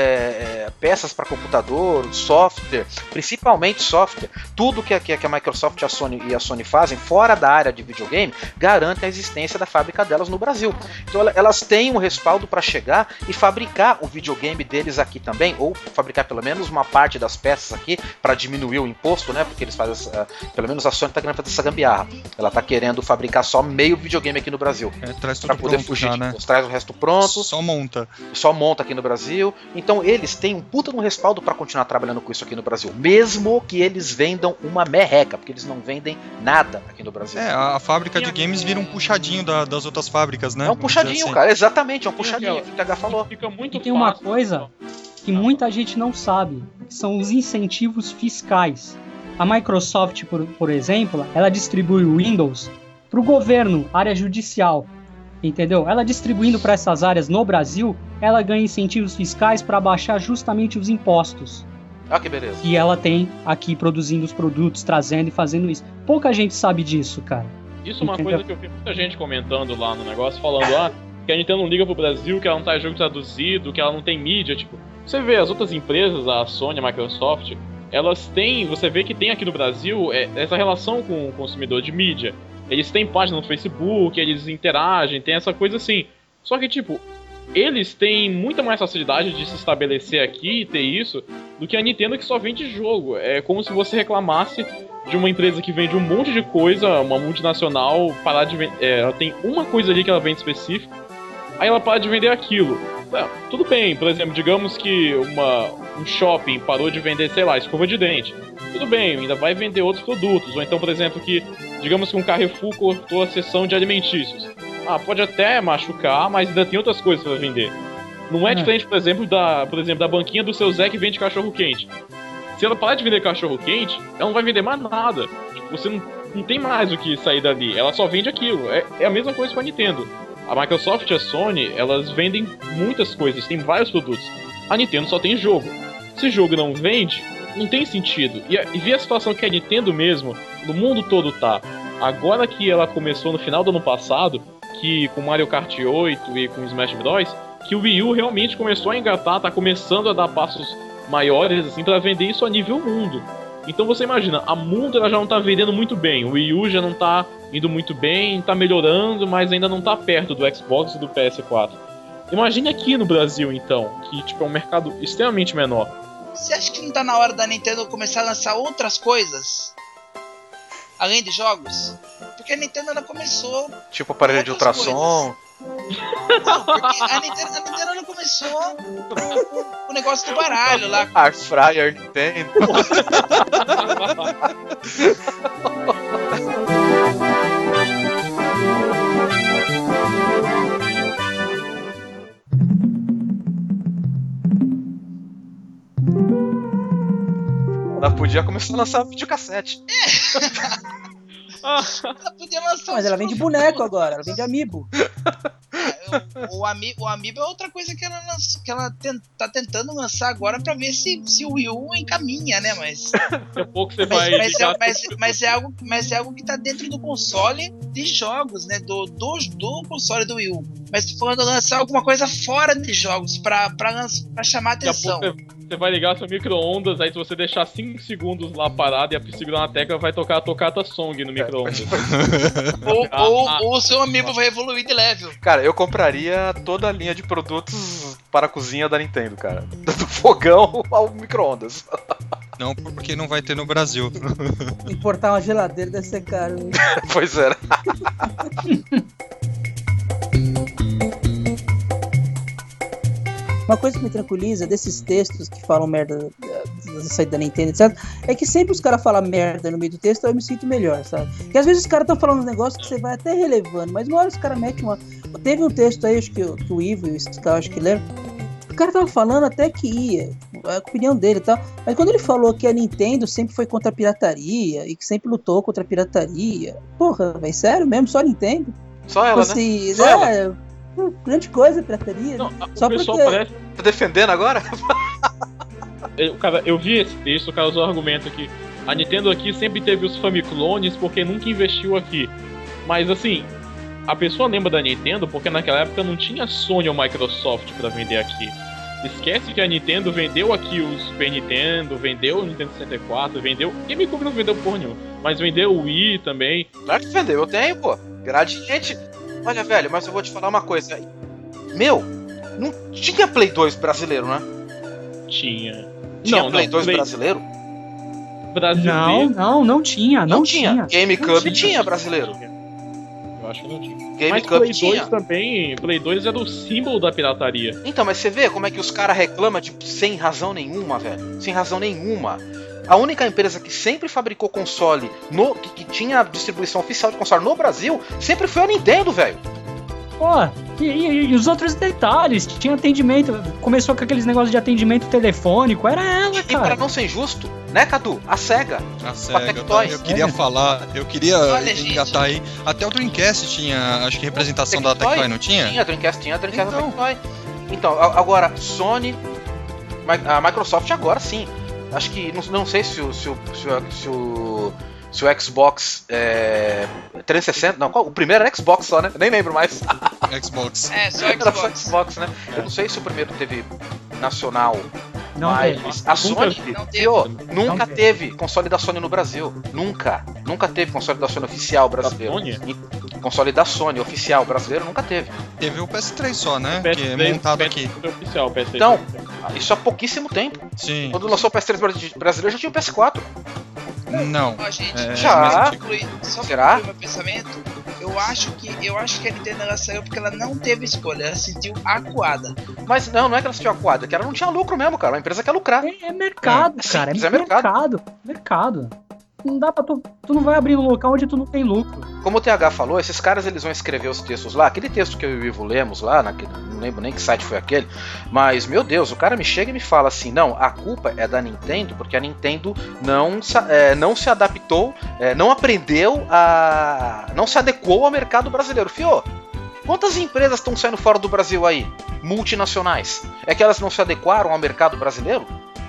peças pra computador, software, principalmente software, tudo que a Microsoft e a Sony fazem, fora da área de videogame, garante a existência da fábrica delas no Brasil. Então elas têm um respaldo pra chegar e fabricar o videogame deles aqui também, ou fabricar pelo menos uma parte das peças aqui para diminuir o imposto, né? Porque eles fazem, pelo menos a Sony tá querendo fazer essa gambiarra. Ela tá querendo fabricar só meio videogame aqui no Brasil. Traz tudo pra poder pronto fugir já, de né? imposto. Traz o resto pronto. Só monta aqui no Brasil. Então eles têm um puta de um respaldo para continuar trabalhando com isso aqui no Brasil, mesmo que eles vendam uma merreca, porque eles não vendem nada aqui no Brasil. A fábrica de games vira um puxadinho das outras fábricas, né? É um puxadinho, assim. Cara, exatamente, é um puxadinho. O TH falou. Fica muito e tem uma coisa que muita gente não sabe, que são os incentivos fiscais. A Microsoft, por exemplo, ela distribui o Windows para o governo, área judicial, entendeu? Ela distribuindo para essas áreas no Brasil, ela ganha incentivos fiscais para baixar justamente os impostos. Ah, que beleza. E ela tem aqui produzindo os produtos, trazendo e fazendo isso. Pouca gente sabe disso, cara. Isso é uma coisa que eu vi muita gente comentando lá no negócio, falando que a Nintendo não liga pro Brasil, que ela não tá jogo traduzido, que ela não tem mídia, tipo... Você vê as outras empresas, a Sony, a Microsoft, elas têm... Você vê que tem aqui no Brasil essa relação com o consumidor de mídia. Eles têm página no Facebook, eles interagem, tem essa coisa assim. Só que, tipo, eles têm muita mais facilidade de se estabelecer aqui e ter isso do que a Nintendo, que só vende jogo. É como se você reclamasse de uma empresa que vende um monte de coisa, uma multinacional, parar de vender... ela tem uma coisa ali que ela vende específica, aí ela para de vender aquilo. Tudo bem, por exemplo, digamos que um shopping parou de vender, sei lá, escova de dente. Tudo bem, ainda vai vender outros produtos. Ou então, por exemplo, digamos que um Carrefour cortou a seção de alimentícios. Pode até machucar, mas ainda tem outras coisas para vender. Não é diferente, por exemplo, da banquinha do seu Zé que vende cachorro-quente. Se ela parar de vender cachorro-quente, ela não vai vender mais nada. Tipo, você não tem mais o que sair dali. Ela só vende aquilo. É a mesma coisa com a Nintendo. A Microsoft e a Sony, elas vendem muitas coisas, tem vários produtos. A Nintendo só tem jogo. Se jogo não vende, não tem sentido. E ver a situação que a Nintendo mesmo, no mundo todo tá. Agora que ela começou no final do ano passado, que com Mario Kart 8 e com Smash Bros, que o Wii U realmente começou a engatar, tá começando a dar passos maiores assim para vender isso a nível mundo. Então você imagina, a mundo ela já não tá vendendo muito bem, o Wii U já não tá indo muito bem, tá melhorando, mas ainda não tá perto do Xbox e do PS4. Imagine aqui no Brasil então, que tipo, é um mercado extremamente menor. Você acha que não tá na hora da Nintendo começar a lançar outras coisas? Além de jogos? Porque a Nintendo ela começou... Tipo aparelho de ultrassom... Não, porque a Nintendo ela começou com o negócio do baralho lá. Air Fryer Nintendo. Ela podia começar a lançar videocassete. Ela podia lançar. Mas ela vende boneco agora, ela vende amiibo. O Amiibo é outra coisa que ela tá tentando lançar agora pra ver se o Wii U encaminha, né? Mas daqui a pouco você vai ligar... mas é algo que tá dentro do console de jogos, né? Do console do Wii U. Mas tô falando lançar alguma coisa fora de jogos pra chamar atenção. Você vai ligar seu micro-ondas, aí se você deixar 5 segundos lá parado e segurar na tecla, vai tocar a Tocata Song no micro-ondas. ou o seu amiibo vai evoluir de level. Cara, eu compraria toda a linha de produtos para a cozinha da Nintendo, cara. Do fogão ao micro-ondas. Não, porque não vai ter no Brasil. Importar uma geladeira deve ser caro. Hein? Pois é. Uma coisa que me tranquiliza desses textos que falam merda da saída da Nintendo, etc., é que sempre os caras falam merda no meio do texto, eu me sinto melhor, sabe? Porque às vezes os caras estão falando um negócio que você vai até relevando, mas uma hora os caras metem uma... Teve um texto aí, acho que o Ivo e o Scar, acho que leram, o cara tava falando até que ia, a opinião dele e tal, mas quando ele falou que a Nintendo sempre foi contra a pirataria e que sempre lutou contra a pirataria, porra, velho, sério mesmo? Só a Nintendo? Só ela, assim, né? Só ela. Grande coisa a pirataria. Não, só o pessoal porque... parece... Tá defendendo agora? Cara, eu vi esse texto, o cara usou o argumento que a Nintendo aqui sempre teve os Famiclones porque nunca investiu aqui. Mas assim, a pessoa lembra da Nintendo porque naquela época não tinha Sony ou Microsoft pra vender aqui. Esquece que a Nintendo vendeu aqui o Super Nintendo, vendeu o Nintendo 64, vendeu... GameCube não vendeu porra nenhuma, mas vendeu o Wii também. Claro que vendeu, eu tenho, pô. Gradiente. Olha, velho, mas eu vou te falar uma coisa. Meu, não tinha Play 2 brasileiro, né? Tinha. Tinha Play 2 brasileiro? Brasileiro? Não tinha. Não tinha. GameCube tinha brasileiro. Eu acho que não tinha. Mas GameCube Play tinha. 2 também, Play 2 era o símbolo da pirataria. Então, mas você vê como é que os caras reclamam sem razão nenhuma, velho. Sem razão nenhuma. A única empresa que sempre fabricou console, que tinha distribuição oficial de console no Brasil, sempre foi a Nintendo, velho. Pô, e os outros detalhes, tinha atendimento, começou com aqueles negócios de atendimento telefônico, era ela, E pra cara. não ser injusto, né, Cadu? A SEGA. A SEGA, Tectoy. eu queria falar, eu queria Olha, engatar aí. Até o Dreamcast tinha, acho que representação da Tectoy, não tinha? Tinha, Dreamcast da Então. Tectoy. Então, agora, Sony, a Microsoft agora sim. Acho que, não sei se o Xbox 360, não, o primeiro era Xbox só, né? Eu nem lembro mais. Xbox. É, só Era só Xbox. Xbox, né? Eu não sei se o primeiro teve nacional. Não mas teve. a Sony Não teve. Fio, nunca teve. teve console da Sony no Brasil. Nunca teve console da Sony oficial brasileiro. Sony? Console da Sony oficial brasileiro nunca teve. Teve o PS3 só, né? PS3, Que é montado aqui. Foi oficial, PS3. Então, isso há pouquíssimo tempo. Sim. Quando lançou o PS3 brasileiro já tinha o PS4. Não. Ó, gente, Já? mais só antigo. pra Será? concluir meu pensamento, eu acho que a Nintendo ela saiu porque ela não teve escolha, ela se sentiu acuada. Mas não é que ela se tinha acuada, é que ela não tinha lucro mesmo, cara. Uma empresa quer lucrar. É mercado, cara. simples, é mercado. Mercado. Não dá pra tu não vai abrir um local onde tu não tem lucro. Como o TH falou, esses caras eles vão escrever os textos lá, aquele texto que eu e o Ivo lemos lá, não lembro nem que site foi aquele, mas, meu Deus, o cara me chega e me fala assim, não, a culpa é da Nintendo, porque a Nintendo não se adaptou, não aprendeu não se adequou ao mercado brasileiro. Fio, quantas empresas estão saindo fora do Brasil aí, multinacionais? É que elas não se adequaram ao mercado brasileiro?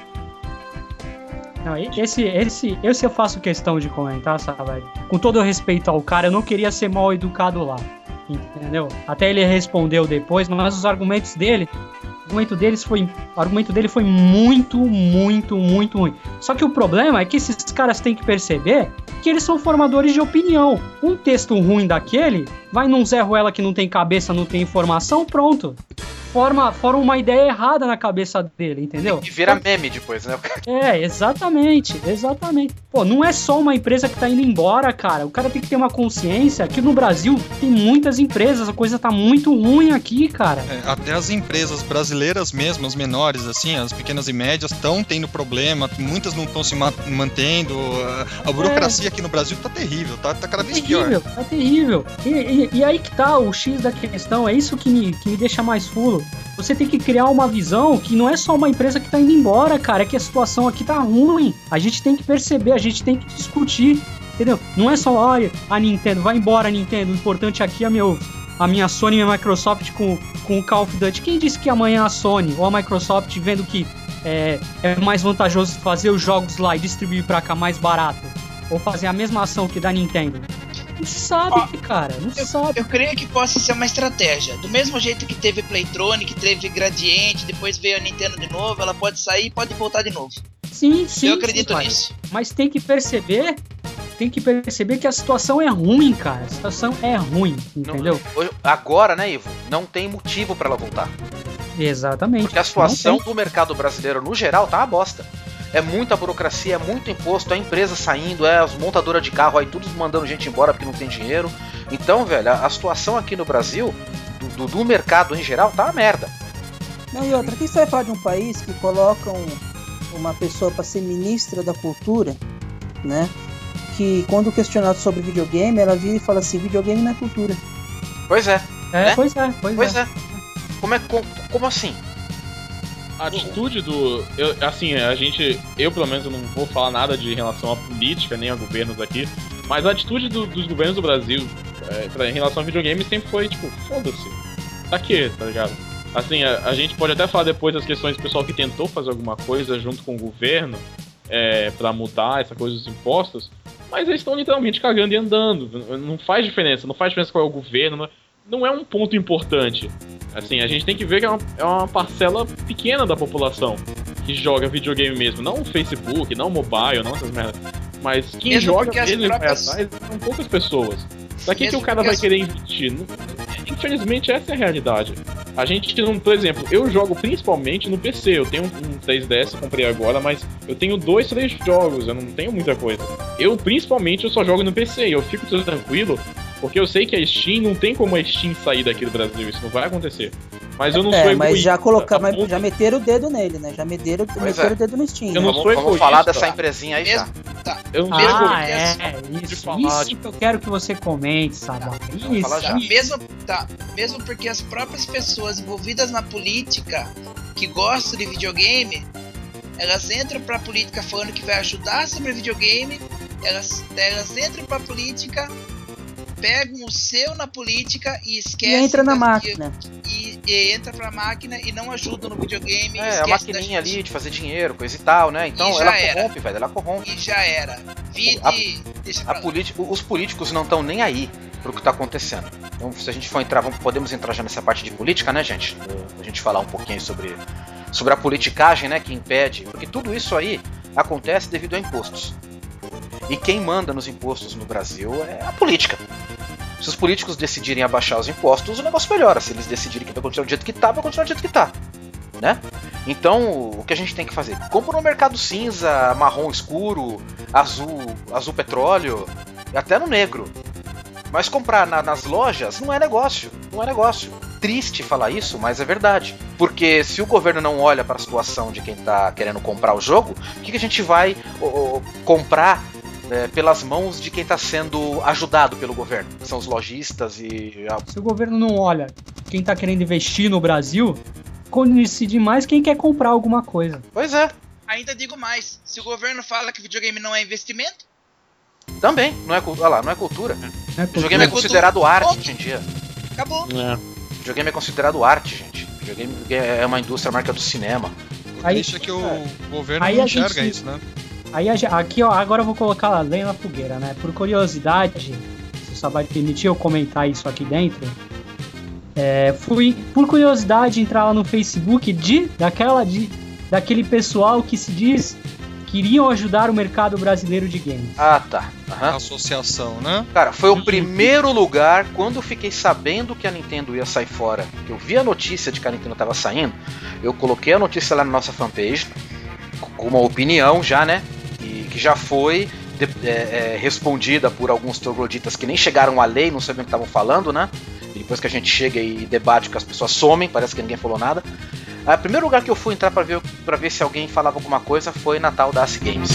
Não, esse eu faço questão de comentar, sabe? Com todo o respeito ao cara, eu não queria ser mal educado lá, entendeu? Até ele respondeu depois, mas os argumentos dele, o argumento dele foi muito ruim. Só que o problema é que esses caras têm que perceber que eles são formadores de opinião. Um texto ruim daquele, vai num Zé Ruela que não tem cabeça, não tem informação, pronto. Forma uma ideia errada na cabeça dele, entendeu? E vira meme depois, né? Exatamente. Pô, não é só uma empresa que tá indo embora, cara. O cara tem que ter uma consciência que no Brasil tem muitas empresas, a coisa tá muito ruim aqui, cara. Até as empresas brasileiras mesmo, as menores, assim, as pequenas e médias, estão tendo problema, muitas não estão se mantendo. A burocracia aqui no Brasil tá terrível, tá cada vez pior. Tá terrível. E aí que tá o X da questão, é isso que me deixa mais fulo. Você tem que criar uma visão que não é só uma empresa que tá indo embora, cara, é que a situação aqui tá ruim. A gente tem que perceber, a gente tem que discutir, entendeu? Não é só, olha, a Nintendo, vai embora, Nintendo, o importante aqui é a minha Sony e a Microsoft com o Call of Duty. Quem disse que amanhã a Sony ou a Microsoft, vendo que é mais vantajoso fazer os jogos lá e distribuir pra cá mais barato, ou fazer a mesma ação que da Nintendo? Não sabe, cara, não sabe. Eu creio que possa ser uma estratégia. Do mesmo jeito que teve Playtronic, que teve Gradiente, depois veio a Nintendo de novo, ela pode sair e pode voltar de novo. Sim. Eu acredito sim, nisso. Mas tem que perceber que a situação é ruim, cara. A situação é ruim, entendeu? Agora, né, Ivo? Não tem motivo pra ela voltar. Exatamente. Porque a situação do mercado brasileiro, no geral, tá uma bosta. é muita burocracia, é muito imposto, é a empresa saindo, é as montadoras de carro aí, tudo mandando gente embora porque não tem dinheiro. Então, velho, a situação aqui no Brasil, do mercado em geral, tá uma merda. Não, e outra, quem você vai falar de um país que coloca uma pessoa para ser ministra da cultura, né? Que quando questionado sobre videogame, ela vira e fala assim, videogame não é cultura. Pois é. É, né? pois é. Como assim? A atitude do. Eu pelo menos eu não vou falar nada de relação à política nem a governos aqui, mas a atitude dos governos do Brasil em relação a videogame sempre foi tipo, foda-se. Pra quê, tá ligado? Assim, a gente pode até falar depois das questões do pessoal que tentou fazer alguma coisa junto com o governo pra mudar essa coisa dos impostos, mas eles estão literalmente cagando e andando. Não faz diferença qual é o governo, não é um ponto importante. Assim, a gente tem que ver que é uma parcela pequena da população que joga videogame mesmo, não o Facebook, não o mobile, não essas merdas. Mas quem Mesmo joga porque as mesmo próprias- vai atrás são poucas pessoas. Pra que Mesmo o cara porque vai as- querer investir? Infelizmente essa é a realidade. A gente não, por exemplo, eu jogo principalmente no PC. Eu tenho um 3DS, comprei agora, mas eu tenho 2, 3 jogos, eu não tenho muita coisa. Eu só jogo no PC e eu fico tranquilo, porque eu sei que a Steam não tem como a Steam sair daqui do Brasil, isso não vai acontecer. Mas eu não sou mas egoísta. já meteram o dedo nele, né? Já meteram o dedo no Steam. Eu não né? sou Vamos falar egoísta. dessa empresinha aí já. Eu não sou Ah, egoísta. isso falar, que eu quero que você comente, Sabá. vamos falar já. Mesmo porque as próprias pessoas envolvidas na política que gostam de videogame, elas entram pra política falando que vai ajudar sobre videogame, elas entram pra política, pegam o seu na política e E esquecem entra na das- máquina. e entra pra máquina e não ajudam no videogame. A esquece maquininha da gente. ali de fazer dinheiro, coisa e tal, né? Então E já ela era. corrompe, velho, ela corrompe. E já era. Deixa pra lá. Os políticos não estão nem aí pro que tá acontecendo. Então, se a gente for entrar, podemos entrar já nessa parte de política, né, gente? A gente falar um pouquinho sobre a politicagem, né, que impede, porque tudo isso aí acontece devido a impostos. E quem manda nos impostos no Brasil é a política. Se os políticos decidirem abaixar os impostos, o negócio melhora. Se eles decidirem que vai continuar do jeito que tá, vai continuar do jeito que tá. Né? Então, o que a gente tem que fazer? Compra no mercado cinza, marrom escuro, azul petróleo, até no negro. Mas comprar nas lojas não é negócio. Não é negócio. Triste falar isso, mas é verdade. Porque se o governo não olha para a situação de quem tá querendo comprar o jogo, o que a gente vai comprar pelas mãos de quem está sendo ajudado pelo governo? Que são os lojistas e... Se o governo não olha quem tá querendo investir no Brasil, decide mais quem quer comprar alguma coisa. Pois é. Ainda digo mais, se o governo fala que videogame não é investimento, Também. Não é, olha lá, não é cultura. Né? Videogame é considerado arte Ponto. hoje em dia. acabou. Videogame é considerado arte, gente. Videogame é uma indústria marca do cinema. O Aí- triste é que o governo Aí não a enxerga gente- isso, né? Aí aqui, ó, agora eu vou colocar a lenha na fogueira, né? Por curiosidade, se o Sabá permitir eu comentar isso aqui dentro, fui, por curiosidade, entrar lá no Facebook daquele pessoal que se diz que iriam ajudar o mercado brasileiro de games. Ah, tá. Aham. Associação, né? Cara, foi o primeiro lugar, quando eu fiquei sabendo que a Nintendo ia sair fora, que eu vi a notícia de que a Nintendo tava saindo, eu coloquei a notícia lá na nossa fanpage, com uma opinião já, né? E que já foi respondida por alguns trogloditas que nem chegaram à lei, não sabiam o que estavam falando, né? E depois que a gente chega e debate que as pessoas somem, parece que ninguém falou nada. O primeiro lugar que eu fui entrar pra ver se alguém falava alguma coisa foi na tal da AC Games.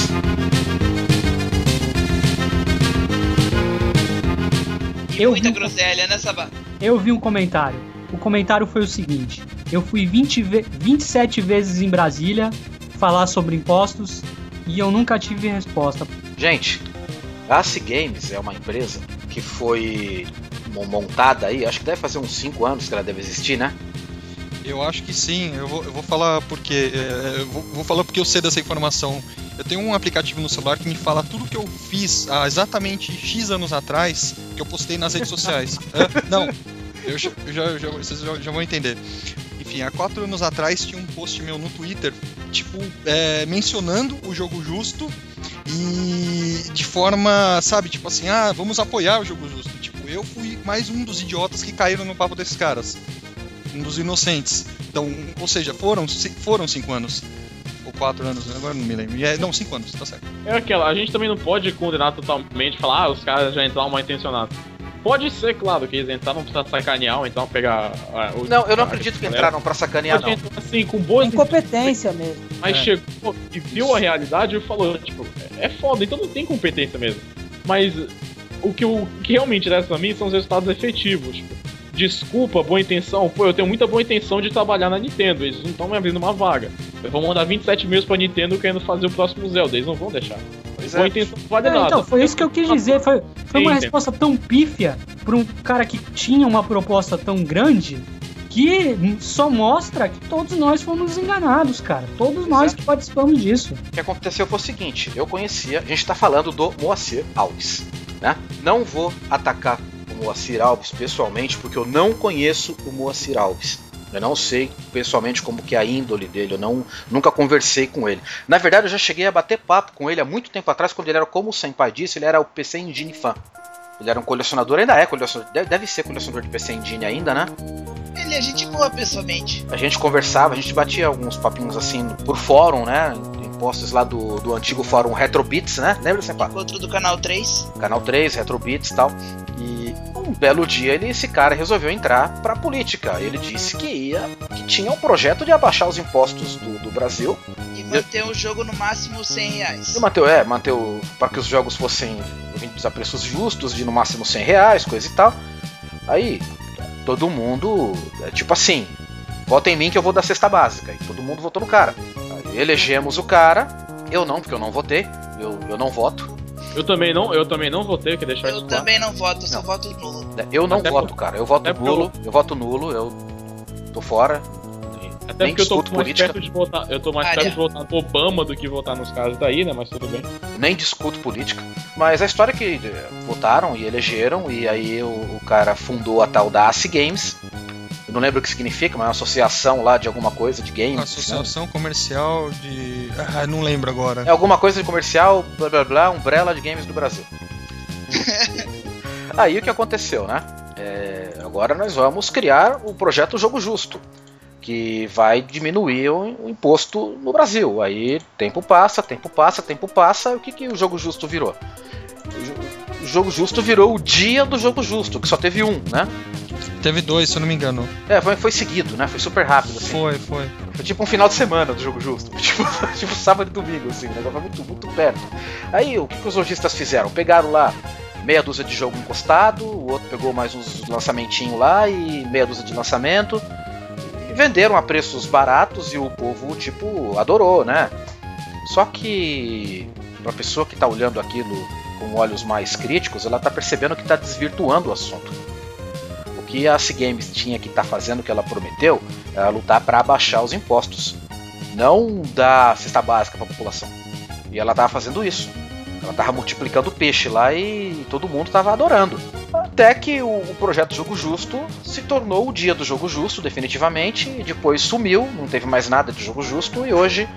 E Eu muita vi- groselha, né, Sabá? Eu vi um comentário. O comentário foi o seguinte: eu fui 27 vezes em Brasília falar sobre impostos e eu nunca tive resposta. Gente, a AC Games é uma empresa que foi montada aí, acho que deve fazer uns 5 anos que ela deve existir, né? Eu acho que sim, eu vou falar porque vou falar porque eu sei dessa informação. Eu tenho um aplicativo no celular que me fala tudo que eu fiz há exatamente X anos atrás, que eu postei nas redes sociais. Não, vocês já vão entender. Enfim, há 4 anos atrás tinha um post meu no Twitter, tipo, mencionando o Jogo Justo e de forma, sabe, tipo assim, vamos apoiar o Jogo Justo. Tipo, eu fui mais um dos idiotas que caíram no papo desses caras. Um dos inocentes. Então, ou seja, foram 5 anos. 5 ou 4 anos, agora não me lembro. Não, 5 anos, tá certo. É aquela, a gente também não pode condenar totalmente, falar, os caras já entraram mal intencionados. Pode ser, claro, que eles entraram pra sacanear, ou então pegar... Não, eu não acredito que entraram pra sacanear, não. Assim, com boa incompetência mesmo. Mas chegou e viu a realidade e falou, tipo, é foda, então não tem competência mesmo. Mas o que realmente interessa pra mim são os resultados efetivos, tipo, desculpa, boa intenção, pô, eu tenho muita boa intenção de trabalhar na Nintendo, eles não estão me abrindo uma vaga. Eu vou mandar 27 e-mails pra Nintendo querendo fazer o próximo Zelda, eles não vão deixar. Boa intenção não vale nada. Então, foi isso que eu quis dizer, foi uma resposta tão pífia pra um cara que tinha uma proposta tão grande que só mostra que todos nós fomos enganados, cara. Todos nós que participamos disso. O que aconteceu foi o seguinte, eu conhecia, a gente tá falando do Moacir Alves, né? Não vou atacar o Moacir Alves pessoalmente, porque eu não conheço o Moacir Alves. Eu não sei pessoalmente como que é a índole dele, eu nunca conversei com ele. Na verdade, eu já cheguei a bater papo com ele há muito tempo atrás, quando ele era, como o Senpai disse, ele era o PC Engine fan. Ele era um colecionador, ainda é colecionador, deve ser colecionador de PC Engine ainda, né? Ele é gente boa pessoalmente. A gente conversava, a gente batia alguns papinhos assim por fórum, né? Em posts lá do antigo fórum Retrobits, né? Lembra, Senpai? Encontro do Canal 3. Canal 3, Retrobits e tal. E um belo dia esse cara resolveu entrar pra política. Ele disse que tinha um projeto de abaixar os impostos do Brasil. E manter o jogo no máximo R$100. E manter para que os jogos fossem vendidos a preços justos, de no máximo R$100, coisa e tal. Aí todo mundo, tipo assim, vota em mim que eu vou dar cesta básica. E todo mundo votou no cara. Aí elegemos o cara. Eu não, porque eu não votei. Eu não voto. Eu também não votei, que deixar isso claro. Eu também não voto, eu só voto nulo. Eu não voto, cara. Eu voto nulo, eu tô fora. Até porque eu tô mais perto de votar. Eu tô mais perto de votar no Obama do que votar nos caras daí, né? Mas tudo bem. Nem discuto política. Mas a história é que votaram e elegeram, e aí o cara fundou a tal da AC Games. Eu não lembro o que significa, mas é uma associação lá de alguma coisa, de games. Associação comercial de... não lembro agora. É alguma coisa de comercial, blá blá blá, Umbrella de Games do Brasil. Aí o que aconteceu, né? Agora nós vamos criar o projeto Jogo Justo, que vai diminuir o imposto no Brasil. Aí tempo passa, e o que o Jogo Justo virou? O Jogo Justo virou o Dia do Jogo Justo, que só teve um, né? Teve 2, se eu não me engano. Foi seguido, né? Foi super rápido, assim. Foi. Foi tipo um final de semana do Jogo Justo. Tipo sábado e domingo, assim. O negócio foi muito, muito perto. Aí, o que os lojistas fizeram? Pegaram lá meia dúzia de jogo encostado, o outro pegou mais uns lançamentinhos lá e meia dúzia de lançamento. E venderam a preços baratos e o povo, tipo, adorou, né? Só que, pra pessoa que tá olhando aquilo com olhos mais críticos, ela tá percebendo que tá desvirtuando o assunto. O que a AC Games tinha que estar fazendo, que ela prometeu, era lutar para abaixar os impostos, não dar cesta básica para a população. E ela estava fazendo isso. Ela estava multiplicando o peixe lá e todo mundo estava adorando. Até que o projeto Jogo Justo se tornou o Dia do Jogo Justo, definitivamente, e depois sumiu, não teve mais nada de Jogo Justo, e hoje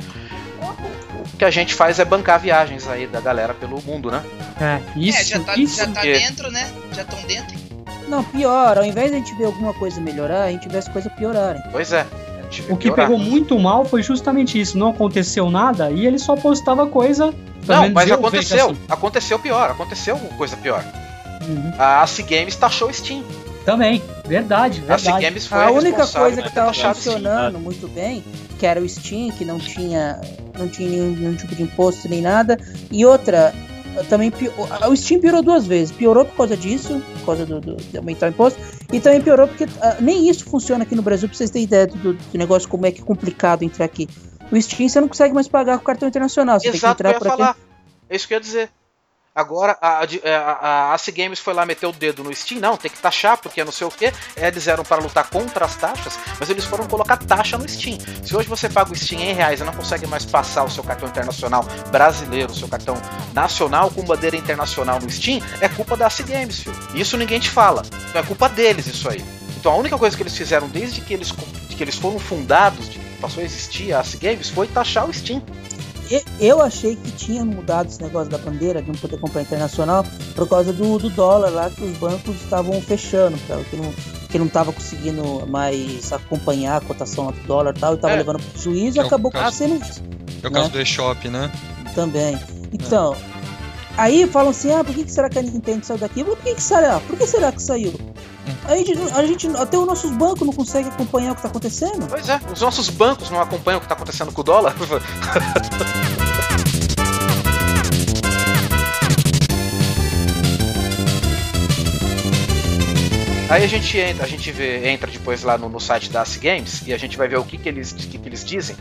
o que a gente faz é bancar viagens aí da galera pelo mundo, né? Já tá dentro, né? Já estão dentro. Não, pior, ao invés de a gente ver alguma coisa melhorar, a gente vê as coisas piorarem. Pois é. O que pegou muito mal foi justamente isso, não aconteceu nada e ele só postava coisa... Não, mas aconteceu, assim. Aconteceu pior, aconteceu coisa pior. Uhum. A AC Games taxou o Steam. Também, verdade. A AC Games foi a única coisa que estava taxado funcionando muito bem, que era o Steam, que não tinha nenhum tipo de imposto nem nada, e outra... Também o Steam piorou 2 vezes. Piorou por causa disso, por causa de aumentar o imposto, e também piorou porque nem isso funciona aqui no Brasil, pra vocês terem ideia do negócio, como é que é complicado entrar aqui. O Steam você não consegue mais pagar com cartão internacional, você tem que entrar por aqui. É isso que eu ia dizer. Agora a AC Games foi lá meter o dedo no Steam, não, tem que taxar porque não sei o que. Eles eram para lutar contra as taxas, mas eles foram colocar taxa no Steam. Se hoje você paga o Steam em R$1 e não consegue mais passar o seu cartão internacional brasileiro, o seu cartão nacional com bandeira internacional no Steam, é culpa da AC Games, filho. Isso ninguém te fala. Então é culpa deles isso aí. Então a única coisa que eles fizeram desde que eles foram fundados, de que passou a existir a AC Games, foi taxar o Steam. Eu achei que tinha mudado esse negócio da bandeira, de não poder comprar internacional, por causa do dólar lá, que os bancos estavam fechando, que não estava conseguindo mais acompanhar a cotação do dólar e tal, e estava levando prejuízo, e acabou sendo isso. É o caso do eShop, né? Também. Então, aí falam assim, por que será que a Nintendo saiu daqui? Por que será? Por que será que saiu? Aí a gente, até os nossos bancos não conseguem acompanhar o que está acontecendo. Pois é, os nossos bancos não acompanham o que está acontecendo com o dólar. Aí a gente entra depois lá no site da AC Games e a gente vai ver o que eles dizem.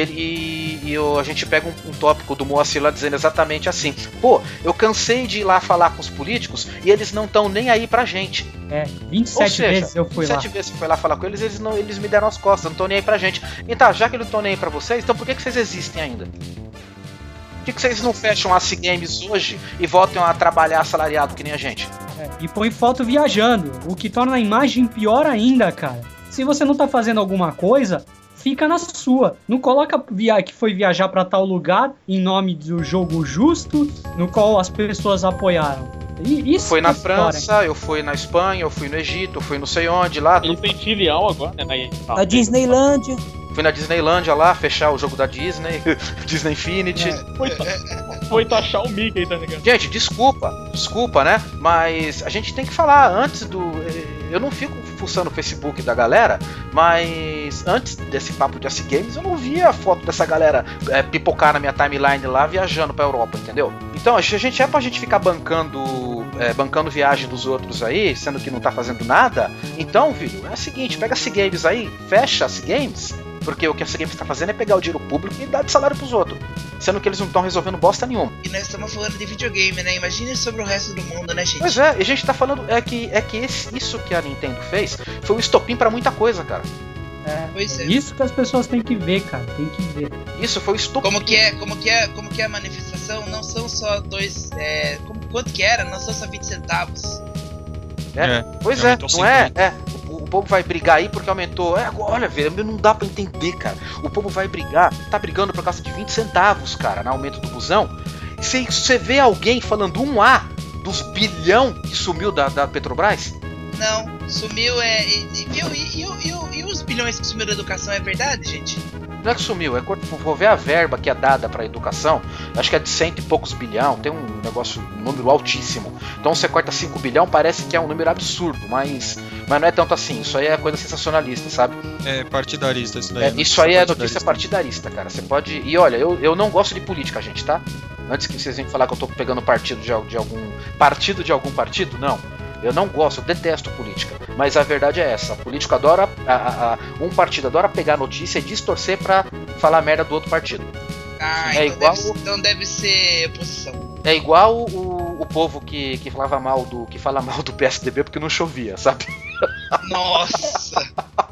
E a gente pega um tópico do Moacir lá dizendo exatamente assim: pô, eu cansei de ir lá falar com os políticos e eles não estão nem aí pra gente. 27 vezes eu fui lá. 27 vezes eu fui lá falar com eles, eles me deram as costas, não estão nem aí pra gente. Então, já que eles não estão nem aí pra vocês, então por que vocês existem ainda? Por que vocês não fecham a AC Games hoje e voltam a trabalhar assalariado que nem a gente? E põe foto viajando, o que torna a imagem pior ainda, cara. Se você não tá fazendo alguma coisa, fica na sua. Não coloca que foi viajar pra tal lugar em nome do jogo justo, no qual as pessoas apoiaram. Isso foi na França, eu fui na Espanha, eu fui no Egito, eu fui não sei onde lá. Ele tem filial agora, né? Na Disneylândia. Fui na Disneylândia lá, fechar o jogo da Disney, Disney Infinity. Foi taxar o Mickey, tá ligado? Gente, desculpa, né? Mas a gente tem que falar antes do... Eu não fico fuçando o Facebook da galera, mas antes desse papo de AC Games, eu não via a foto dessa galera pipocar na minha timeline lá, viajando pra Europa, entendeu? Então, a gente pra gente ficar bancando viagem dos outros aí, sendo que não tá fazendo nada. Então, filho, é o seguinte, pega a AC Games aí, fecha a AC Games, porque o que a AC Games tá fazendo é pegar o dinheiro público e dar de salário pros outros, sendo que eles não estão resolvendo bosta nenhuma. E nós estamos falando de videogame, né? Imagine sobre o resto do mundo, né, gente? Pois é, e a gente tá falando isso que a Nintendo fez foi um estopim pra muita coisa, cara. Pois é. Isso que as pessoas têm que ver, cara. Tem que ver. Isso foi o estopim. Como que é a manifestação? Não são só dois... quanto que era? Não são só 20 centavos. Pois é, não é? O povo vai brigar aí porque aumentou. Olha, velho, não dá pra entender, cara. O povo vai brigar, tá brigando por causa de 20 centavos, cara, no aumento do busão. Você vê alguém falando um A dos bilhão que sumiu da Petrobras? Não, sumiu, e os bilhões que sumiu da educação, é verdade, gente? Não é que sumiu, vou ver a verba que é dada pra educação, acho que é de 100 e poucos bilhão, tem um número altíssimo. Então você corta 5 bilhão, parece que é um número absurdo, mas não é tanto assim, isso aí é coisa sensacionalista, sabe? É partidarista isso daí. Isso aí é notícia partidarista, cara, você pode... E olha, eu não gosto de política, gente, tá? Antes que vocês venham falar que eu tô pegando partido de algum partido, não. Eu não gosto, eu detesto política. Mas a verdade é essa: o político adora. Um partido adora pegar a notícia e distorcer pra falar merda do outro partido. Então deve ser oposição. É igual o povo que fala mal do PSDB porque não chovia, sabe? Nossa!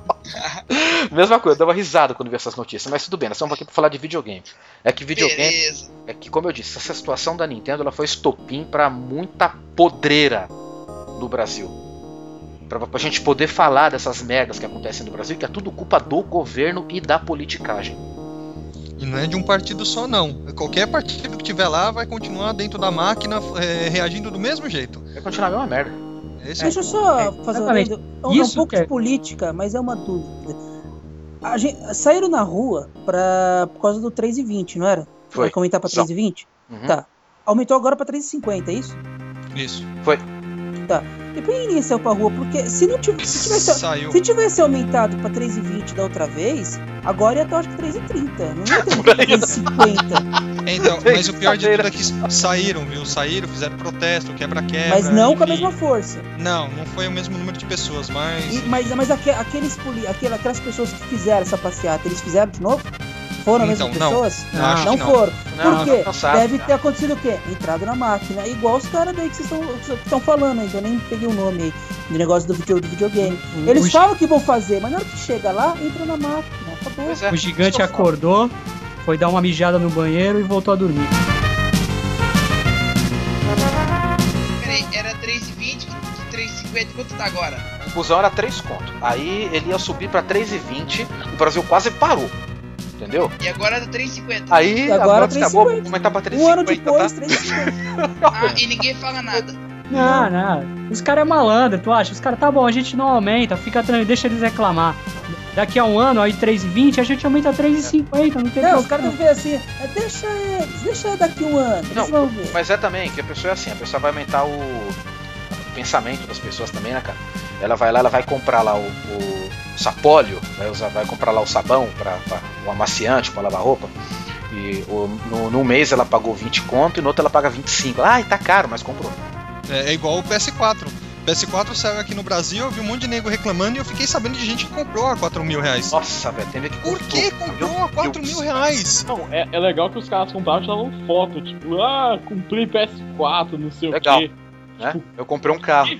Mesma coisa, eu dava risada quando vi essas notícias, mas tudo bem, nós estamos aqui pra falar de videogame. Beleza. É que, como eu disse, essa situação da Nintendo ela foi estopim pra muita podreira no Brasil. Pra gente poder falar dessas merdas que acontecem no Brasil, que é tudo culpa do governo e da politicagem. E não é de um partido só, não. Qualquer partido que tiver lá vai continuar dentro da máquina reagindo do mesmo jeito. Vai continuar a mesma merda. Deixa eu só fazer um pouco de política, mas é uma dúvida. Saíram na rua por causa do 3,20, não era? Foi. Vai comentar pra 3,20? Uhum. Tá. Aumentou agora pra 3,50, é isso? Isso. Foi. Tá. E por que ninguém saiu pra rua? Porque se tivesse aumentado pra 3,20 da outra vez, agora ia estar acho que 3,30. Não ia ter 3,50. Então, mas o pior de tudo é que saíram, viu? Fizeram protesto, quebra-quebra. Mas não enfim. com a mesma força. Não foi o mesmo número de pessoas, mas... Mas aquelas pessoas que fizeram essa passeata, eles fizeram de novo? Foram as mesmas pessoas? Não foram. Por quê? Deve ter acontecido o quê? Entrada na máquina. Igual os caras daí que vocês estão falando aí, que eu nem peguei o nome aí, do negócio do videogame. Eles falam que vão fazer, mas na hora que chega lá, entra na máquina. Acabou. O gigante acordou, foi dar uma mijada no banheiro e voltou a dormir. Peraí, era 3,20, 3,50, quanto tá agora? O busão era 3 conto. Aí ele ia subir pra 3,20, o Brasil quase parou. Entendeu? E agora tá 3,50. Aí agora acabou, vou aumentar pra 3,50. Um ano depois, tá? 3,50. E ninguém fala nada. Não. Os caras é malandro, tu acha? Os caras, tá bom, a gente não aumenta, fica tranquilo, deixa eles reclamar. Daqui a um ano, aí 3,20, a gente aumenta 3,50, não tem Não, os problema. caras vão ver assim, deixa daqui um ano, Não, eles vão ver. mas é também que a pessoa é assim, a pessoa vai aumentar o pensamento das pessoas também, né, cara? Ela vai lá, ela vai comprar lá o sapólio, vai comprar lá o sabão, o amaciante para lavar roupa. E no mês ela pagou 20 conto e no outro ela paga 25. Ai, tá caro, mas comprou. É igual o PS4. O PS4 saiu aqui no Brasil, eu vi um monte de nego reclamando e eu fiquei sabendo de gente que comprou a 4 mil reais. Nossa, velho, tem que Por que comprou a 4 mil reais? Não, é legal que os caras compravam e tiravam foto, tipo, comprei PS4, não sei Legal. o quê. Né? Eu comprei um carro.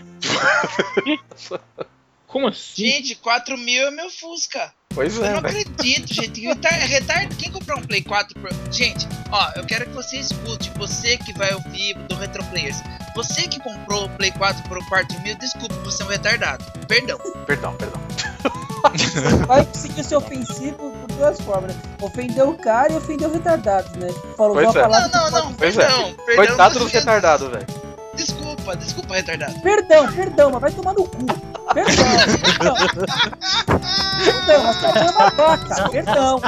Como assim? Gente, 4 mil é meu Fusca. Pois Eu é, não velho. acredito, gente. Retardo. Quem comprou um Play 4 Gente, ó, eu quero que você escute. Você que vai ouvir do Retro Players. Você que comprou o Play 4 por 4 mil, desculpa, você é um retardado. Perdão. Perdão. Vai conseguir ser ofensivo por duas formas, né? Ofendeu o cara e ofendeu o retardado, né? Falou Pois uma é. palavra que Não, Pois perdão. Coitado dos Luciano. retardados, velho. Desculpa, retardado. Perdão, mas vai tomar no cu. Perdão, mas tá dando uma vaca. Perdão.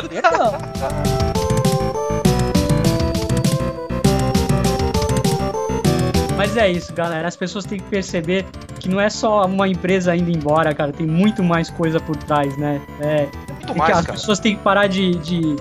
Mas é isso, galera. As pessoas têm que perceber que não é só uma empresa indo embora, cara. Tem muito mais coisa por trás, né? Muito Que mais, as cara. pessoas têm que parar de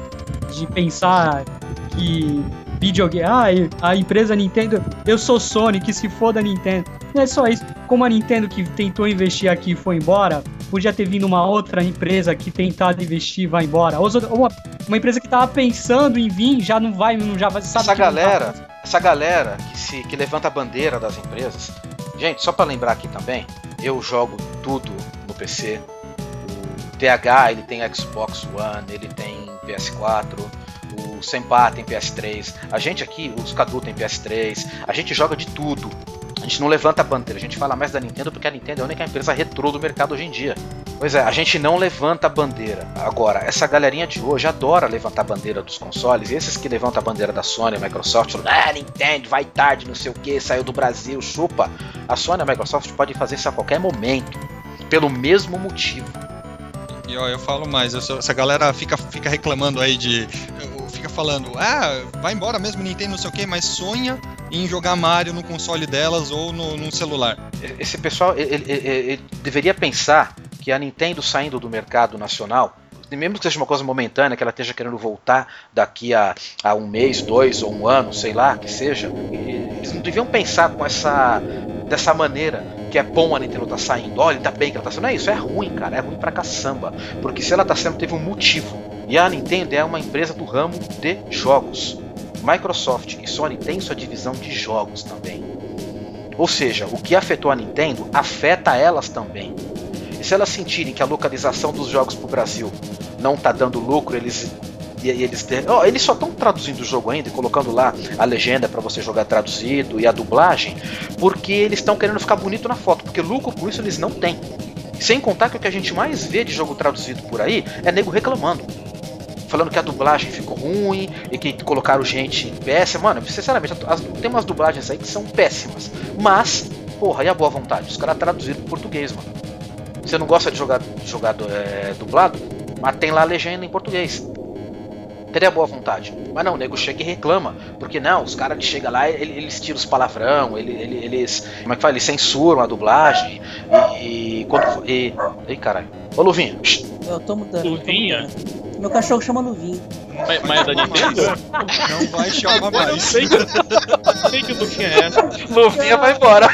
pensar que videogame, a empresa Nintendo, eu sou Sony, que se foda a Nintendo. Não é só isso. Como a Nintendo que tentou investir aqui e foi embora, podia ter vindo uma outra empresa que tentado investir e vai embora. Ou uma empresa que tava pensando em vir, já não vai, sabe. Essa galera que levanta a bandeira das empresas. Gente, só pra lembrar aqui também, eu jogo tudo no PC. O TH, ele tem Xbox One, ele tem PS4, o Senpai tem PS3, a gente aqui, os Cadu tem PS3, a gente joga de tudo. A gente não levanta a bandeira, a gente fala mais da Nintendo porque a Nintendo é a única empresa retrô do mercado hoje em dia. Pois é, a gente não levanta a bandeira. Agora, essa galerinha de hoje adora levantar a bandeira dos consoles, e esses que levantam a bandeira da Sony, a Microsoft, falam, Nintendo, vai tarde, não sei o que, saiu do Brasil, chupa. A Sony e a Microsoft podem fazer isso a qualquer momento, pelo mesmo motivo. E ó, eu falo mais, essa galera fica reclamando aí fica falando, vai embora mesmo Nintendo, não sei o que, mas sonha em jogar Mario no console delas ou no celular. Esse pessoal, ele deveria pensar que a Nintendo saindo do mercado nacional, mesmo que seja uma coisa momentânea, que ela esteja querendo voltar daqui a um mês, 2 ou um ano, sei lá, que seja, eles não deviam pensar dessa maneira que é bom a Nintendo tá saindo. Olha, tá bem que ela tá saindo. Não é isso, é ruim, cara, é ruim pra caçamba. Porque se ela tá saindo, teve um motivo. E a Nintendo é uma empresa do ramo de jogos. Microsoft e Sony têm sua divisão de jogos também. Ou seja, o que afetou a Nintendo afeta elas também. E se elas sentirem que a localização dos jogos pro Brasil não tá dando lucro, eles só estão traduzindo o jogo ainda e colocando lá a legenda para você jogar traduzido e a dublagem, porque eles estão querendo ficar bonito na foto, porque lucro com isso eles não têm. Sem contar que o que a gente mais vê de jogo traduzido por aí é nego reclamando, falando que a dublagem ficou ruim e que colocaram gente péssima. Mano, sinceramente, tem umas dublagens aí que são péssimas, mas, porra, e a boa vontade? Os caras traduziram pro português, mano. Você não gosta de jogar dublado? Mas tem lá a legenda em português. Teria boa vontade. Mas não, o nego chega e reclama. Porque não, os caras que chegam lá, eles tiram os palavrão, eles. Como é que fala? Eles censuram a dublagem. Ei, caralho. Ô, Luvinha. Eu tô mudando. Luvinha? Meu cachorro chama Luvinha. Mas é da Nintendo? Não vai chamar Eu mais. sei que o Luvinha é essa. Luvinha vai embora.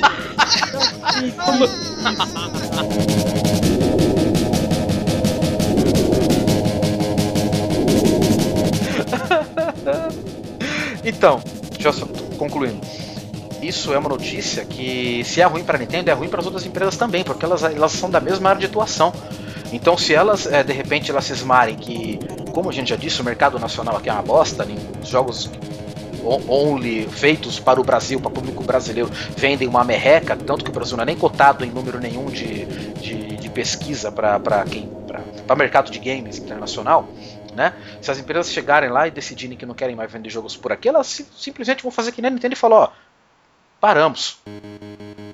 Então, já só concluindo. Isso é uma notícia que, se é ruim para a Nintendo, é ruim para as outras empresas também, porque elas são da mesma área de atuação. Então, se elas, de repente, elas cismarem que, como a gente já disse, o mercado nacional aqui é uma bosta, jogos only feitos para o Brasil, para o público brasileiro, vendem uma merreca, tanto que o Brasil não é nem cotado em número nenhum de pesquisa para mercado de games internacional, né? Se as empresas chegarem lá e decidirem que não querem mais vender jogos por aqui, elas simplesmente vão fazer que nem a Nintendo e falar, ó, paramos.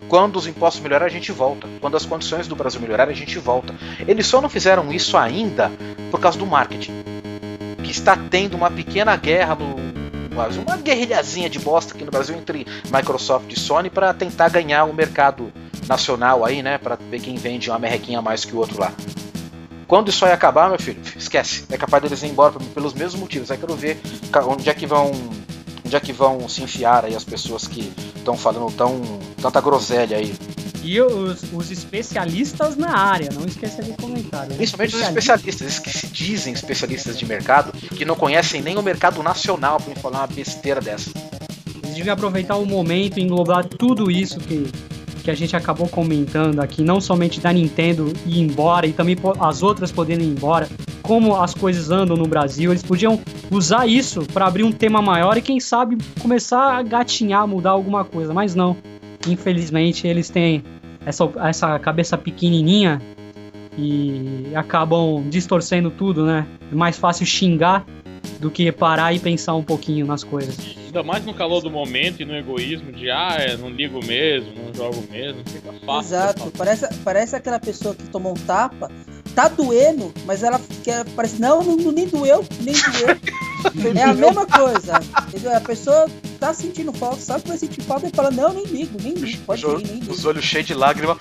Quando os impostos melhorarem, a gente volta. Quando as condições do Brasil melhorarem, a gente volta. Eles só não fizeram isso ainda por causa do marketing. Que está tendo uma pequena guerra uma guerrilhazinha de bosta aqui no Brasil entre Microsoft e Sony para tentar ganhar o mercado nacional aí, né? Para ver quem vende uma merrequinha a mais que o outro lá. Quando isso aí acabar, meu filho, esquece. É capaz deles ir embora pelos mesmos motivos. Aí quero ver onde é que vão se enfiar aí as pessoas que estão falando tanta groselha aí. E os especialistas na área, não esqueça de comentar. Principalmente os especialistas, esses que se dizem especialistas de mercado, que não conhecem nem o mercado nacional para me falar uma besteira dessa. Eles deviam aproveitar o momento e englobar tudo isso que a gente acabou comentando aqui, não somente da Nintendo ir embora e também as outras poderem ir embora, como as coisas andam no Brasil. Eles podiam usar isso para abrir um tema maior e quem sabe começar a gatinhar, mudar alguma coisa, mas não. Infelizmente eles têm essa cabeça pequenininha e acabam distorcendo tudo, né? É mais fácil xingar do que parar e pensar um pouquinho nas coisas. Ainda mais no calor do momento e no egoísmo de não ligo mesmo, não jogo mesmo, fica fácil. Exato, parece aquela pessoa que tomou um tapa, tá doendo, mas ela parece, não nem doeu. É a mesma coisa, entendeu? A pessoa tá sentindo falta, sabe que vai sentir falta e fala, não, nem ligo, pode ir, nem ligo. Os olhos cheios de lágrima,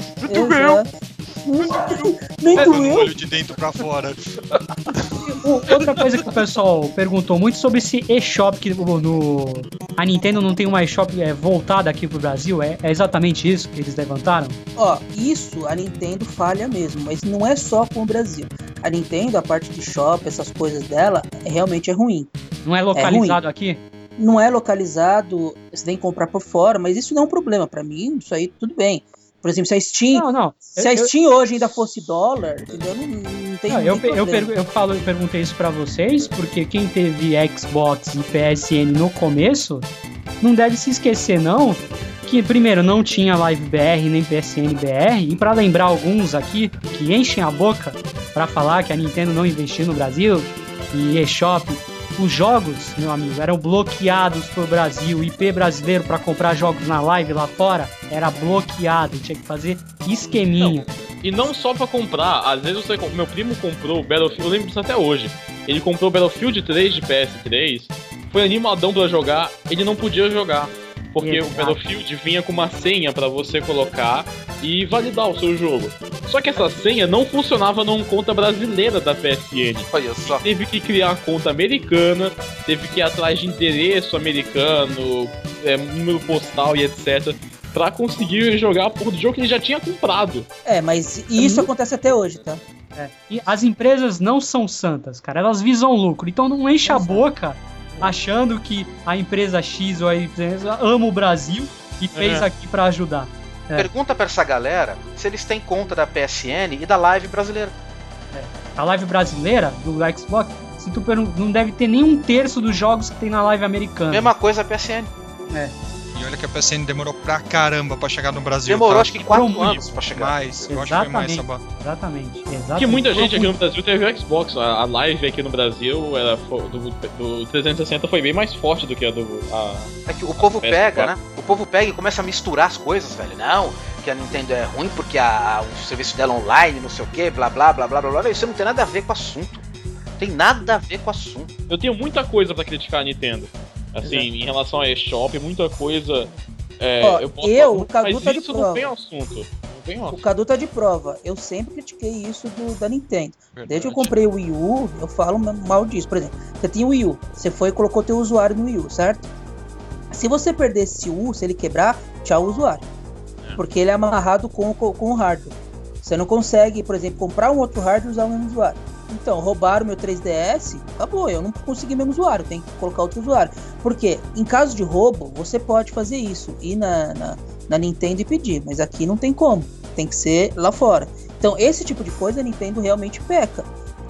nem doeu. O olho de dentro pra fora. Outra coisa que o pessoal perguntou muito sobre esse eShop, que a Nintendo não tem uma eShop voltada aqui pro Brasil, é exatamente isso que eles levantaram? Isso a Nintendo falha mesmo, mas não é só com o Brasil. A Nintendo, a parte de shop, essas coisas dela, realmente é ruim. Não é localizado aqui? Não é localizado, você tem que comprar por fora, mas isso não é um problema pra mim, isso aí tudo bem. Por exemplo, se a Steam, Steam hoje ainda fosse dólar, entendeu? Não tem eu perguntei isso pra vocês, porque quem teve Xbox e PSN no começo, não deve se esquecer não, que primeiro não tinha Live BR nem PSN BR, e pra lembrar alguns aqui que enchem a boca pra falar que a Nintendo não investiu no Brasil, e eShop, os jogos, meu amigo, eram bloqueados pro Brasil. O IP brasileiro para comprar jogos na Live lá fora era bloqueado, tinha que fazer esqueminha. E não só pra comprar, às vezes meu primo comprou o Battlefield, eu lembro disso até hoje. Ele comprou o Battlefield 3 de PS3, foi animadão pra jogar, ele não podia jogar. Porque o Battlefield vinha com uma senha pra você colocar e validar o seu jogo. Só que essa senha não funcionava numa conta brasileira da PSN. Olha só. Teve que criar a conta americana, teve que ir atrás de endereço americano, número postal e etc. Pra conseguir jogar a porra do jogo que ele já tinha comprado. Mas isso acontece até hoje, tá? E as empresas não são santas, cara. Elas visam lucro. Então não enche a boca achando que a empresa X ou a empresa ama o Brasil e fez aqui pra ajudar. Pergunta pra essa galera se eles têm conta da PSN e da Live brasileira. A Live brasileira, do Xbox, se tu não deve ter nem um terço dos jogos que tem na Live americana. Mesma coisa a PSN. E olha que a PSN demorou pra caramba pra chegar no Brasil. Demorou acho que 4 anos pra chegar. Mais, eu acho que foi mais, Sabá. Exatamente. Porque muita gente aqui no Brasil teve o Xbox. A Live aqui no Brasil era do 360 foi bem mais forte do que a do... É que o povo pega, né? O povo pega e começa a misturar as coisas, velho. Não, que a Nintendo é ruim porque o serviço dela online, não sei o que, blá blá blá blá blá blá. Isso não tem nada a ver com o assunto. Tem nada a ver com o assunto. Eu tenho muita coisa pra criticar a Nintendo. Assim, em relação a eShop, muita coisa. O Cadu tá de prova. Não tem assunto. O Cadu tá de prova. Eu sempre critiquei isso da Nintendo. Verdade. Desde que eu comprei o Wii U, eu falo mal disso. Por exemplo, você tinha o Wii U, você foi e colocou teu usuário no Wii U, certo? Se você perder esse Wii U, se ele quebrar, tchau o usuário. Porque ele é amarrado com o hardware. Você não consegue, por exemplo, comprar um outro hardware e usar o mesmo usuário. Então, roubaram meu 3DS, acabou, eu não consegui mesmo usuário, tem que colocar outro usuário. Porque, em caso de roubo, você pode fazer isso, ir na Nintendo e pedir, mas aqui não tem como, tem que ser lá fora. Então, esse tipo de coisa a Nintendo realmente peca, porque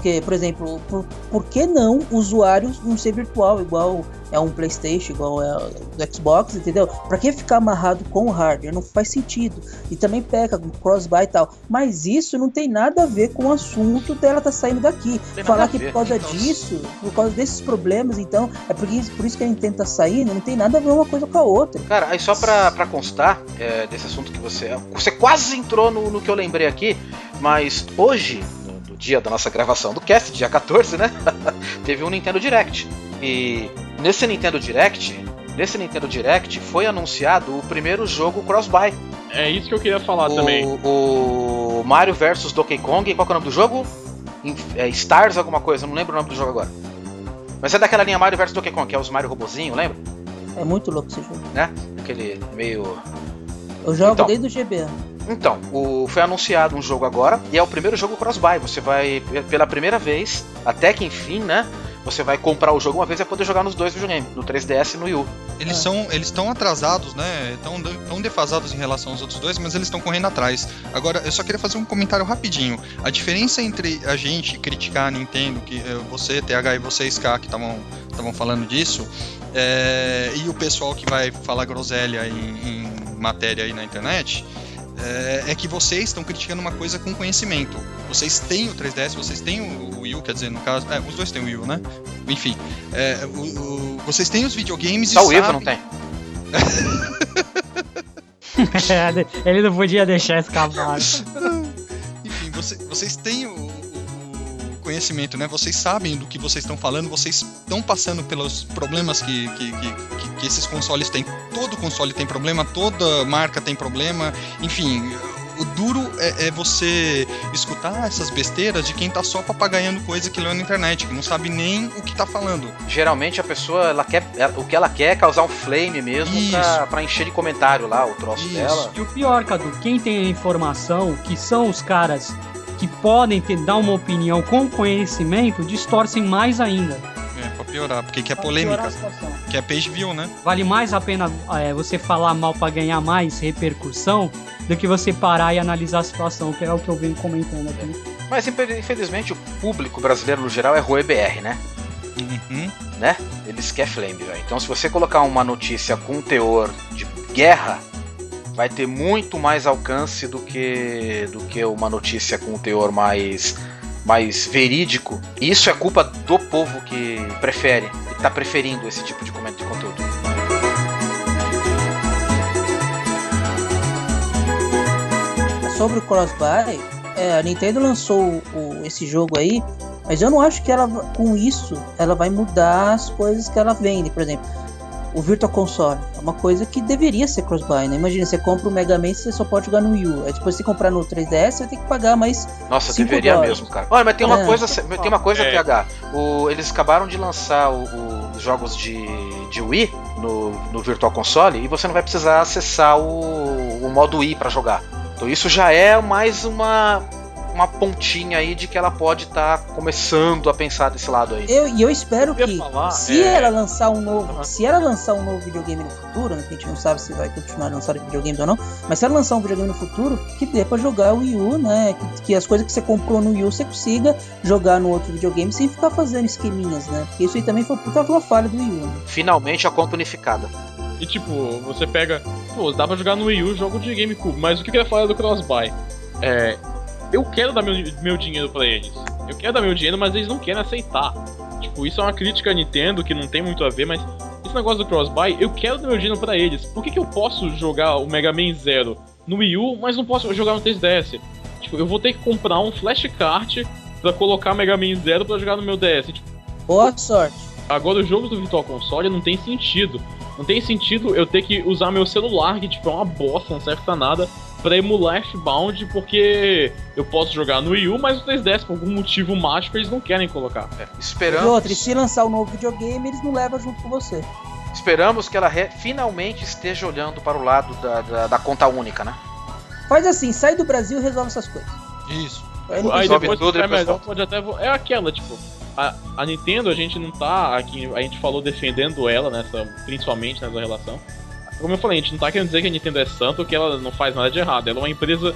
Porque, por exemplo, por que não usuários não ser virtual, igual é um PlayStation, igual é do Xbox, entendeu? Pra que ficar amarrado com o hardware? Não faz sentido. E também peca com cross-buy e tal. Mas isso não tem nada a ver com o assunto dela tá saindo daqui. Falar que por causa disso, por causa desses problemas, então, é por isso que a Nintendo tá saindo, não tem nada a ver uma coisa com a outra. Cara, aí só pra constar desse assunto que você quase entrou no que eu lembrei aqui, mas hoje, no dia da nossa gravação do cast, dia 14, né? Teve um Nintendo Direct. E nesse Nintendo Direct foi anunciado o primeiro jogo cross-buy. É isso que eu queria falar também. O Mario vs Donkey Kong, qual que é o nome do jogo? Stars alguma coisa, eu não lembro o nome do jogo agora. Mas é daquela linha Mario vs Donkey Kong, que é os Mario robozinho, lembra? É muito louco esse jogo. Né? Aquele meio... Eu jogo desde o GBA. Então, foi anunciado um jogo agora, e é o primeiro jogo cross-buy. Você vai, pela primeira vez, até que enfim, né? Você vai comprar o jogo uma vez e vai poder jogar nos dois videogames, no 3DS e no Wii U. Eles estão atrasados, né? Tão defasados em relação aos outros dois, mas eles estão correndo atrás. Agora, eu só queria fazer um comentário rapidinho. A diferença entre a gente criticar a Nintendo, que você, TH, e você, SK, que estavam falando disso, e o pessoal que vai falar groselha em matéria aí na internet, é que vocês estão criticando uma coisa com conhecimento. Vocês têm o 3DS, vocês têm o Wii U, quer dizer, no caso... os dois têm o Wii U, né? Enfim, vocês têm os videogames só e o Ivo não tem. Ele não podia deixar escapar. Enfim, vocês têm o conhecimento, né? Vocês sabem do que vocês estão falando, vocês estão passando pelos problemas que esses consoles têm. Todo console tem problema, toda marca tem problema, enfim... O duro é você escutar essas besteiras de quem tá só papagaiando coisa que leu na internet, que não sabe nem o que tá falando. Geralmente a pessoa, o que ela quer é causar um flame mesmo pra encher de comentário lá o troço dela. E o pior, Cadu, quem tem a informação, que são os caras que podem dar uma opinião com conhecimento, distorcem mais ainda. Pra piorar, porque quer polêmica, quer page view, né? Vale mais a pena você falar mal pra ganhar mais repercussão do que você parar e analisar a situação, que é o que eu venho comentando aqui. Mas infelizmente o público brasileiro no geral é Rue BR, né? Uhum. Né? Eles querem flame, velho. Então se você colocar uma notícia com teor de guerra, vai ter muito mais alcance do que uma notícia com teor mais verídico. E isso é culpa do povo que prefere, que tá preferindo esse tipo de conteúdo. Sobre o cross-buy, a Nintendo lançou esse jogo aí, mas eu não acho que ela, com isso, ela vai mudar as coisas que ela vende. Por exemplo, o Virtual Console é uma coisa que deveria ser cross-buy, né? Imagina, você compra o Mega Man e você só pode jogar no Wii U. Aí depois você comprar no 3DS, você vai ter que pagar mais. Nossa, deveria mesmo, cara. Olha, mas tem uma coisa, TH. Eles acabaram de lançar os jogos de Wii no Virtual Console e você não vai precisar acessar o modo Wii pra jogar. Então isso já é mais uma pontinha aí de que ela pode estar começando a pensar desse lado aí. Eu espero que se ela lançar um novo videogame no futuro, né, que a gente não sabe se vai continuar lançando videogames ou não, mas se ela lançar um videogame no futuro, que dê pra jogar o Wii U, né, que as coisas que você comprou no Wii U você consiga jogar no outro videogame sem ficar fazendo esqueminhas, né, porque isso aí também foi uma falha do Wii U, né? Finalmente a conta unificada. E tipo, você pega... Pô, dá pra jogar no Wii U jogo de GameCube, mas o que eu queria falar do cross-buy? Eu quero dar meu dinheiro pra eles. Eu quero dar meu dinheiro, mas eles não querem aceitar. Tipo, isso é uma crítica à Nintendo que não tem muito a ver, mas esse negócio do cross-buy, eu quero dar meu dinheiro pra eles. Por que eu posso jogar o Mega Man Zero no Wii U, mas não posso jogar no 3DS? Tipo, eu vou ter que comprar um flashcard pra colocar Mega Man Zero pra jogar no meu DS. Tipo, boa sorte. Agora, os jogos do Virtual Console não tem sentido. Não tem sentido eu ter que usar meu celular, que tipo é uma bosta, não serve pra nada, pra emular F-Bound, porque eu posso jogar no Wii U, mas no 3DS, por algum motivo mágico, eles não querem colocar. E outra, e se lançar um novo videogame, eles não levam junto com você. Esperamos que ela finalmente esteja olhando para o lado da conta única, né? Faz assim, sai do Brasil e resolve essas coisas. Isso. Aí depois que é melhor, pode até... É aquela, tipo... A Nintendo, a gente não tá aqui, a gente falou defendendo ela principalmente nessa relação. Como eu falei, a gente não tá querendo dizer que a Nintendo é santa ou que ela não faz nada de errado. Ela é uma empresa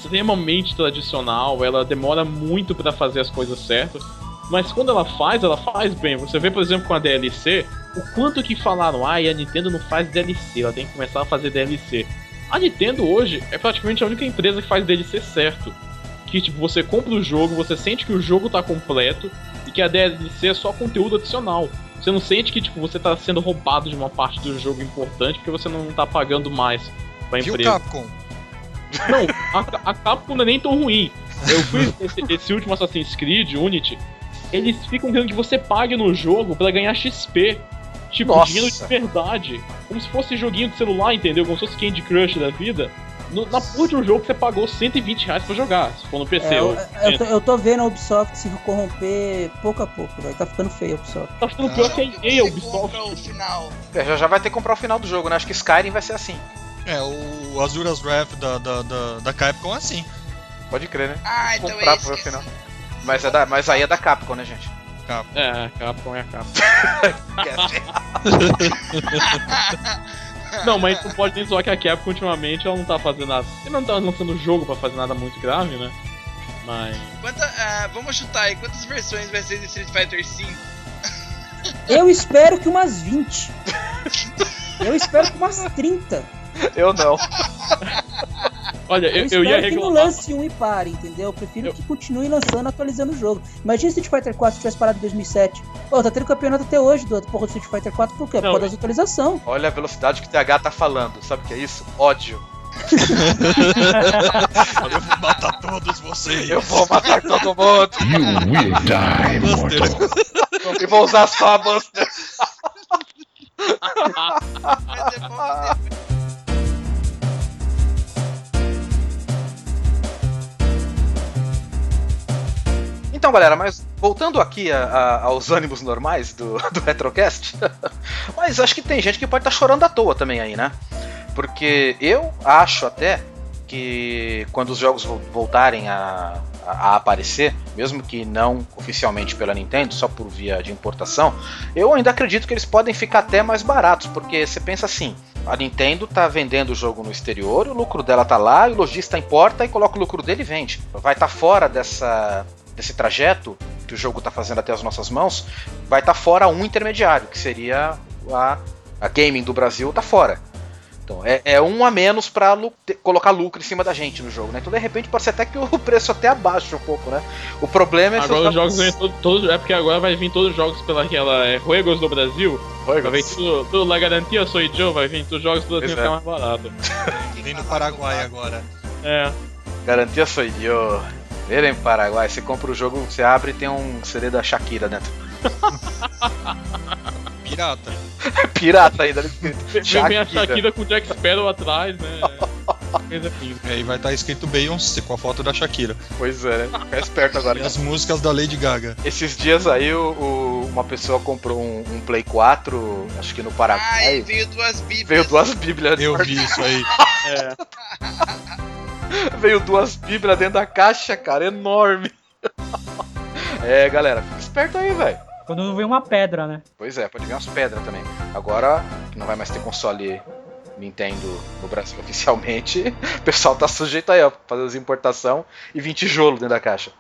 extremamente tradicional, ela demora muito pra fazer as coisas certas, mas quando ela faz bem. Você vê, por exemplo, com a DLC, o quanto que falaram, a Nintendo não faz DLC, ela tem que começar a fazer DLC. A Nintendo hoje é praticamente a única empresa que faz DLC certo. Que tipo, você compra o jogo, você sente que o jogo tá completo e que a DLC é só conteúdo adicional. Você não sente que tipo, você tá sendo roubado de uma parte do jogo importante porque você não tá pagando mais pra empresa. Viu, Capcom? Não, a Capcom não é nem tão ruim. Eu fui esse último Assassin's Creed, Unity, eles ficam querendo que você pague no jogo pra ganhar XP. Tipo, Nossa. dinheiro de verdade. Como se fosse joguinho de celular, entendeu? Como se fosse Candy Crush da vida. Na porra de um jogo que você pagou R$120 pra jogar, se for no PC. Eu tô vendo a Ubisoft se corromper pouco a pouco, vai tá ficando feio a Ubisoft. Tá ficando pior que a EA, Você Ubisoft. compra o final. Já vai ter que comprar o final do jogo, né? Acho que Skyrim vai ser assim. O Azura's Wrath da Capcom é assim. Pode crer, né? Ah, então Comprar é esse pro que final. Mas aí é da Capcom, né, gente? Capcom. É, a Capcom é a Capcom. Não, mas não pode nem zoar que a Capcom ultimamente ela não tá fazendo nada. Ela não tá lançando jogo pra fazer nada muito grave, né? Mas. Vamos chutar aí, quantas versões vai ser de Street Fighter V? Eu espero que umas 20. Eu espero que umas 30. Eu não. Olha, Eu eu espero ia que não reclamar. lance um e pare, entendeu? Eu prefiro que continue lançando, atualizando o jogo. Imagina se Street Fighter 4 tivesse parado em 2007. Pô, tá tendo campeonato até hoje do porra do Street Fighter 4, por quê? Por Não, causa das atualizações. Olha a velocidade que o TH tá falando. Sabe o que é isso? Ódio. Eu vou matar todos vocês. Eu vou matar todo mundo. You will die, mortal. E vou usar só a Buster. Mas é bom. Então, galera, mas voltando aqui aos ânimos normais do Retrocast, mas acho que tem gente que pode estar chorando à toa também aí, né? Porque eu acho até que quando os jogos voltarem a aparecer, mesmo que não oficialmente pela Nintendo, só por via de importação, eu ainda acredito que eles podem ficar até mais baratos, porque você pensa assim, a Nintendo tá vendendo o jogo no exterior, o lucro dela tá lá, e o lojista importa e coloca o lucro dele e vende. Vai estar fora desse trajeto que o jogo está fazendo até as nossas mãos, vai estar fora um intermediário, que seria a gaming do Brasil, tá fora. Então é um a menos para colocar lucro em cima da gente no jogo, né? Então de repente pode ser até que o preço até abaixe um pouco, né? O problema é agora os jogos vêm todos, é porque agora vai vir todos os jogos pela aquela Juegos do Brasil. Vai vir tudo La Garantia Soy Yo, vai vir todos os jogos do Brasil ficar mais barato. Vem no Paraguai agora. É. Garantia Soy Yo. Ver em Paraguai, você compra o jogo, você abre e tem um CD da Shakira dentro. Pirata. Pirata ainda. Vem a Shakira com o Jack Sparrow atrás, né? E aí vai estar escrito Beyoncé com a foto da Shakira. Pois é, né? Fica esperto agora. E as músicas da Lady Gaga. Esses dias aí uma pessoa comprou um Play 4, acho que no Paraguai. Ai, veio duas bíblias. Veio duas bíblias. Eu vi isso aí. Veio duas bíblias dentro da caixa, cara, enorme. É, galera, fica esperto aí, velho. Quando não vem uma pedra, né? Pois é, pode vir umas pedras também. Agora, que não vai mais ter console Nintendo no Brasil oficialmente, o pessoal tá sujeito aí, ó, fazer as importação e vir tijolo dentro da caixa.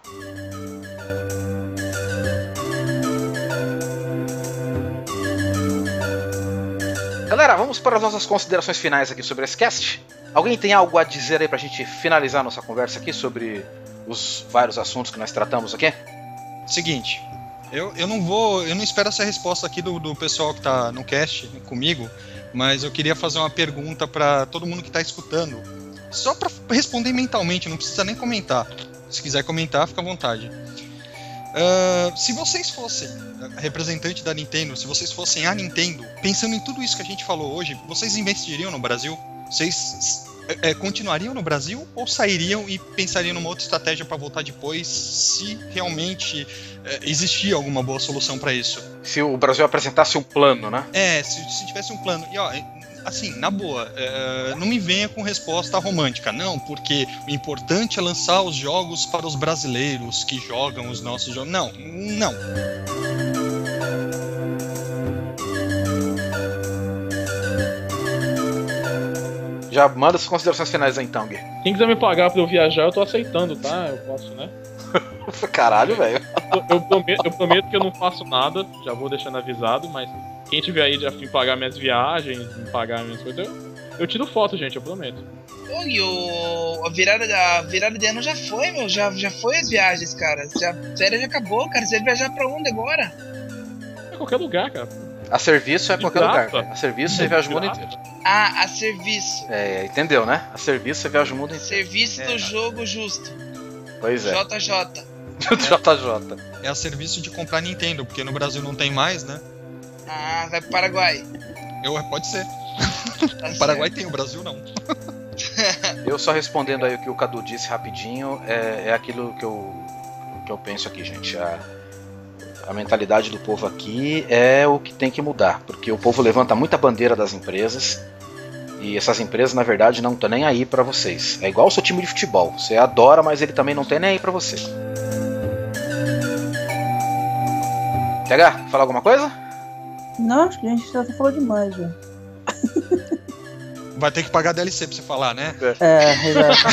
Galera, vamos para as nossas considerações finais aqui sobre esse cast. Alguém tem algo a dizer aí pra gente finalizar nossa conversa aqui sobre os vários assuntos que nós tratamos aqui? Seguinte, eu não espero essa resposta aqui do pessoal que tá no cast comigo, mas eu queria fazer uma pergunta pra todo mundo que tá escutando. Só pra responder mentalmente, não precisa nem comentar. Se quiser comentar, fica à vontade. Se vocês fossem representante da Nintendo, se vocês fossem a Nintendo, pensando em tudo isso que a gente falou hoje, vocês investiriam no Brasil? Vocês continuariam no Brasil ou sairiam e pensariam numa outra estratégia para voltar depois, se realmente existia alguma boa solução para isso? Se o Brasil apresentasse um plano, né? Se tivesse um plano. E ó, assim, na boa, não me venha com resposta romântica, não, porque o importante é lançar os jogos para os brasileiros que jogam os nossos jogos. Não. Já manda as considerações finais aí então, Gui. Quem quiser me pagar pra eu viajar, eu tô aceitando, tá? Eu posso, né? Caralho, velho. Eu prometo que eu não faço nada, já vou deixando avisado, mas quem tiver aí de afim pagar minhas viagens, me pagar minhas coisas, eu tiro foto, gente, eu prometo. Pô, e a virada de ano já foi, meu. Já foi as viagens, cara. A férias já acabou, cara. Você vai viajar pra onde agora? É qualquer lugar, cara. A serviço é De qualquer graça. lugar. Cara. A serviço você viaja o mundo graça. inteiro. Ah, a serviço. É, entendeu, né? A serviço você viaja o mundo inteiro. Serviço do jogo justo. Pois é. JJ. JJ. É a serviço de comprar Nintendo, porque no Brasil não tem mais, né? Ah, vai pro Paraguai. Pode ser. Tá O Paraguai tem, o Brasil não. Eu só respondendo aí o que o Cadu disse rapidinho, é aquilo que eu penso aqui, gente. A mentalidade do povo aqui é o que tem que mudar, porque o povo levanta muita bandeira das empresas e essas empresas, na verdade, não estão nem aí pra vocês. É igual o seu time de futebol, você adora, mas ele também não tem nem aí pra você. TH, falar alguma coisa? Não, acho que a gente já falou demais, já. Vai ter que pagar DLC pra você falar, né? Exato.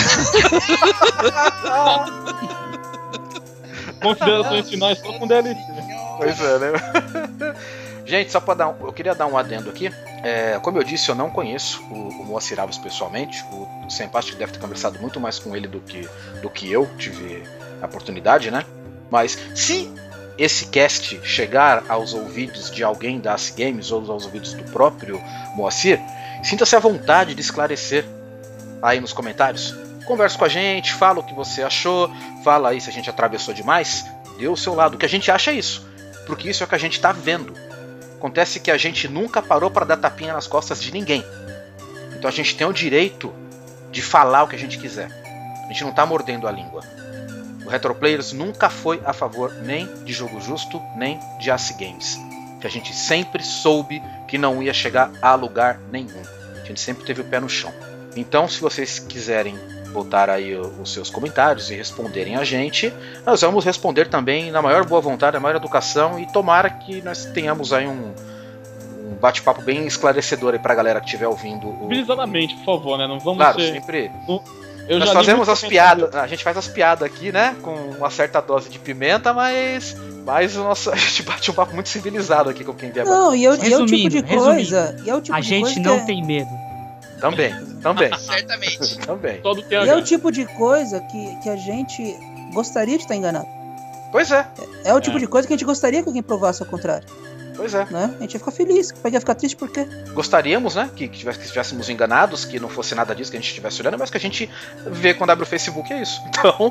Considerações finais só com DLC. Pois é, né? Gente, só pra eu queria dar um adendo aqui. Como eu disse, eu não conheço o Moacir Alves pessoalmente. O Senpai deve ter conversado muito mais com ele do que eu tive a oportunidade, né? Mas se esse cast chegar aos ouvidos de alguém da AC Games ou aos ouvidos do próprio Moacir, sinta-se à vontade de esclarecer aí nos comentários. Conversa com a gente, fala o que você achou, fala aí se a gente atravessou demais, dê o seu lado. O que a gente acha é isso, porque isso é o que a gente está vendo. Acontece que a gente nunca parou para dar tapinha nas costas de ninguém. Então a gente tem o direito de falar o que a gente quiser. A gente não está mordendo a língua. O Retroplayers nunca foi a favor nem de jogo justo, nem de AC Games. Que a gente sempre soube que não ia chegar a lugar nenhum. A gente sempre teve o pé no chão. Então, se vocês quiserem botar aí os seus comentários e responderem a gente, nós vamos responder também na maior boa vontade, na maior educação, e tomara que nós tenhamos aí um bate-papo bem esclarecedor aí pra galera que estiver ouvindo. Civilizadamente, por favor, né? Não vamos Claro, ser... sempre... Eu Nós já fazemos li as muito piadas, a gente faz as piadas aqui, né? Com uma certa dose de pimenta, mas a gente bate um papo muito civilizado aqui com quem vier. Não, e é o tipo de Resumindo, coisa. E é o tipo A de gente coisa não que tem medo. Também. Certamente. Também. Todo E é o TH. tipo de coisa que a gente gostaria de estar enganado. Pois é, É o tipo de coisa que a gente gostaria que alguém provasse ao contrário, pois é. né? A gente ia ficar feliz, ia ficar triste por quê? Gostaríamos, né, que estivéssemos enganados, que não fosse nada disso que a gente estivesse olhando, mas que a gente vê quando abre o Facebook é isso. Então,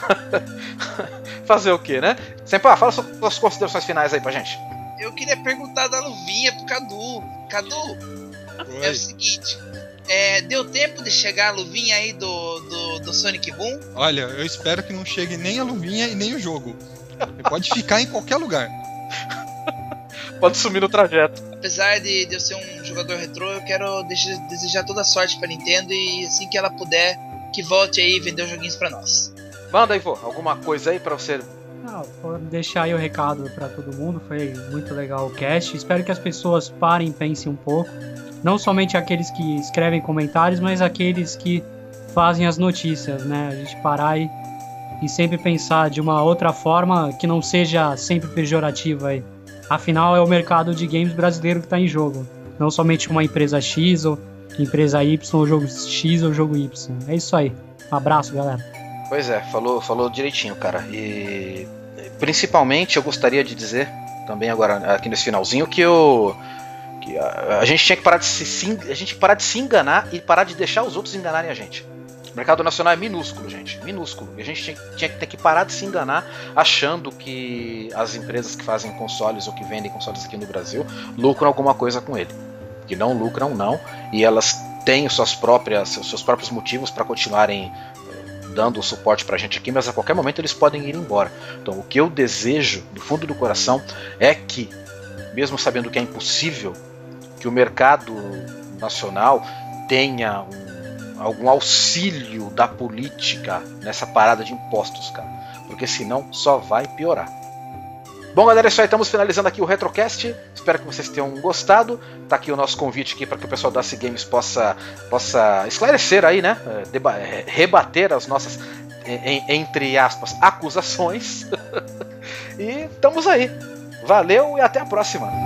fazer o quê, né? Sempre fala suas considerações finais aí pra gente. Eu queria perguntar da luvinha pro Cadu. Cadu, é o seguinte. Deu tempo de chegar a luvinha aí do Sonic Boom? Olha, eu espero que não chegue nem a luvinha e nem o jogo. Ele pode ficar em qualquer lugar. Pode sumir no trajeto. Apesar de eu ser um jogador retrô, eu quero desejar toda a sorte pra Nintendo e assim que ela puder, que volte aí e vender os joguinhos pra nós. Manda aí, vô, alguma coisa aí pra você. Vou deixar aí o recado pra todo mundo. Foi muito legal o cast. Espero que as pessoas parem e pensem um pouco. Não somente aqueles que escrevem comentários, mas aqueles que fazem as notícias, né? A gente parar e sempre pensar de uma outra forma que não seja sempre pejorativa aí. Afinal, é o mercado de games brasileiro que está em jogo. Não somente uma empresa X ou empresa Y, ou jogo X ou jogo Y. É isso aí. Um abraço, galera. Pois é, falou direitinho, cara. E principalmente eu gostaria de dizer também agora aqui nesse finalzinho que a gente tinha que parar de se enganar e parar de deixar os outros enganarem a gente. O mercado nacional é minúsculo, gente, minúsculo. E a gente tinha que ter que parar de se enganar achando que as empresas que fazem consoles ou que vendem consoles aqui no Brasil lucram alguma coisa com ele. Que não lucram, não. E elas têm seus próprios motivos para continuarem dando o suporte pra gente aqui, mas a qualquer momento eles podem ir embora. Então o que eu desejo do fundo do coração é que, mesmo sabendo que é impossível, que o mercado nacional tenha algum auxílio da política nessa parada de impostos, cara. Porque senão só vai piorar. Bom, galera, é isso aí. Estamos finalizando aqui o Retrocast. Espero que vocês tenham gostado. Tá aqui o nosso convite aqui para que o pessoal da AC Games possa esclarecer aí, né? Rebater as nossas, entre aspas, acusações. E estamos aí. Valeu e até a próxima.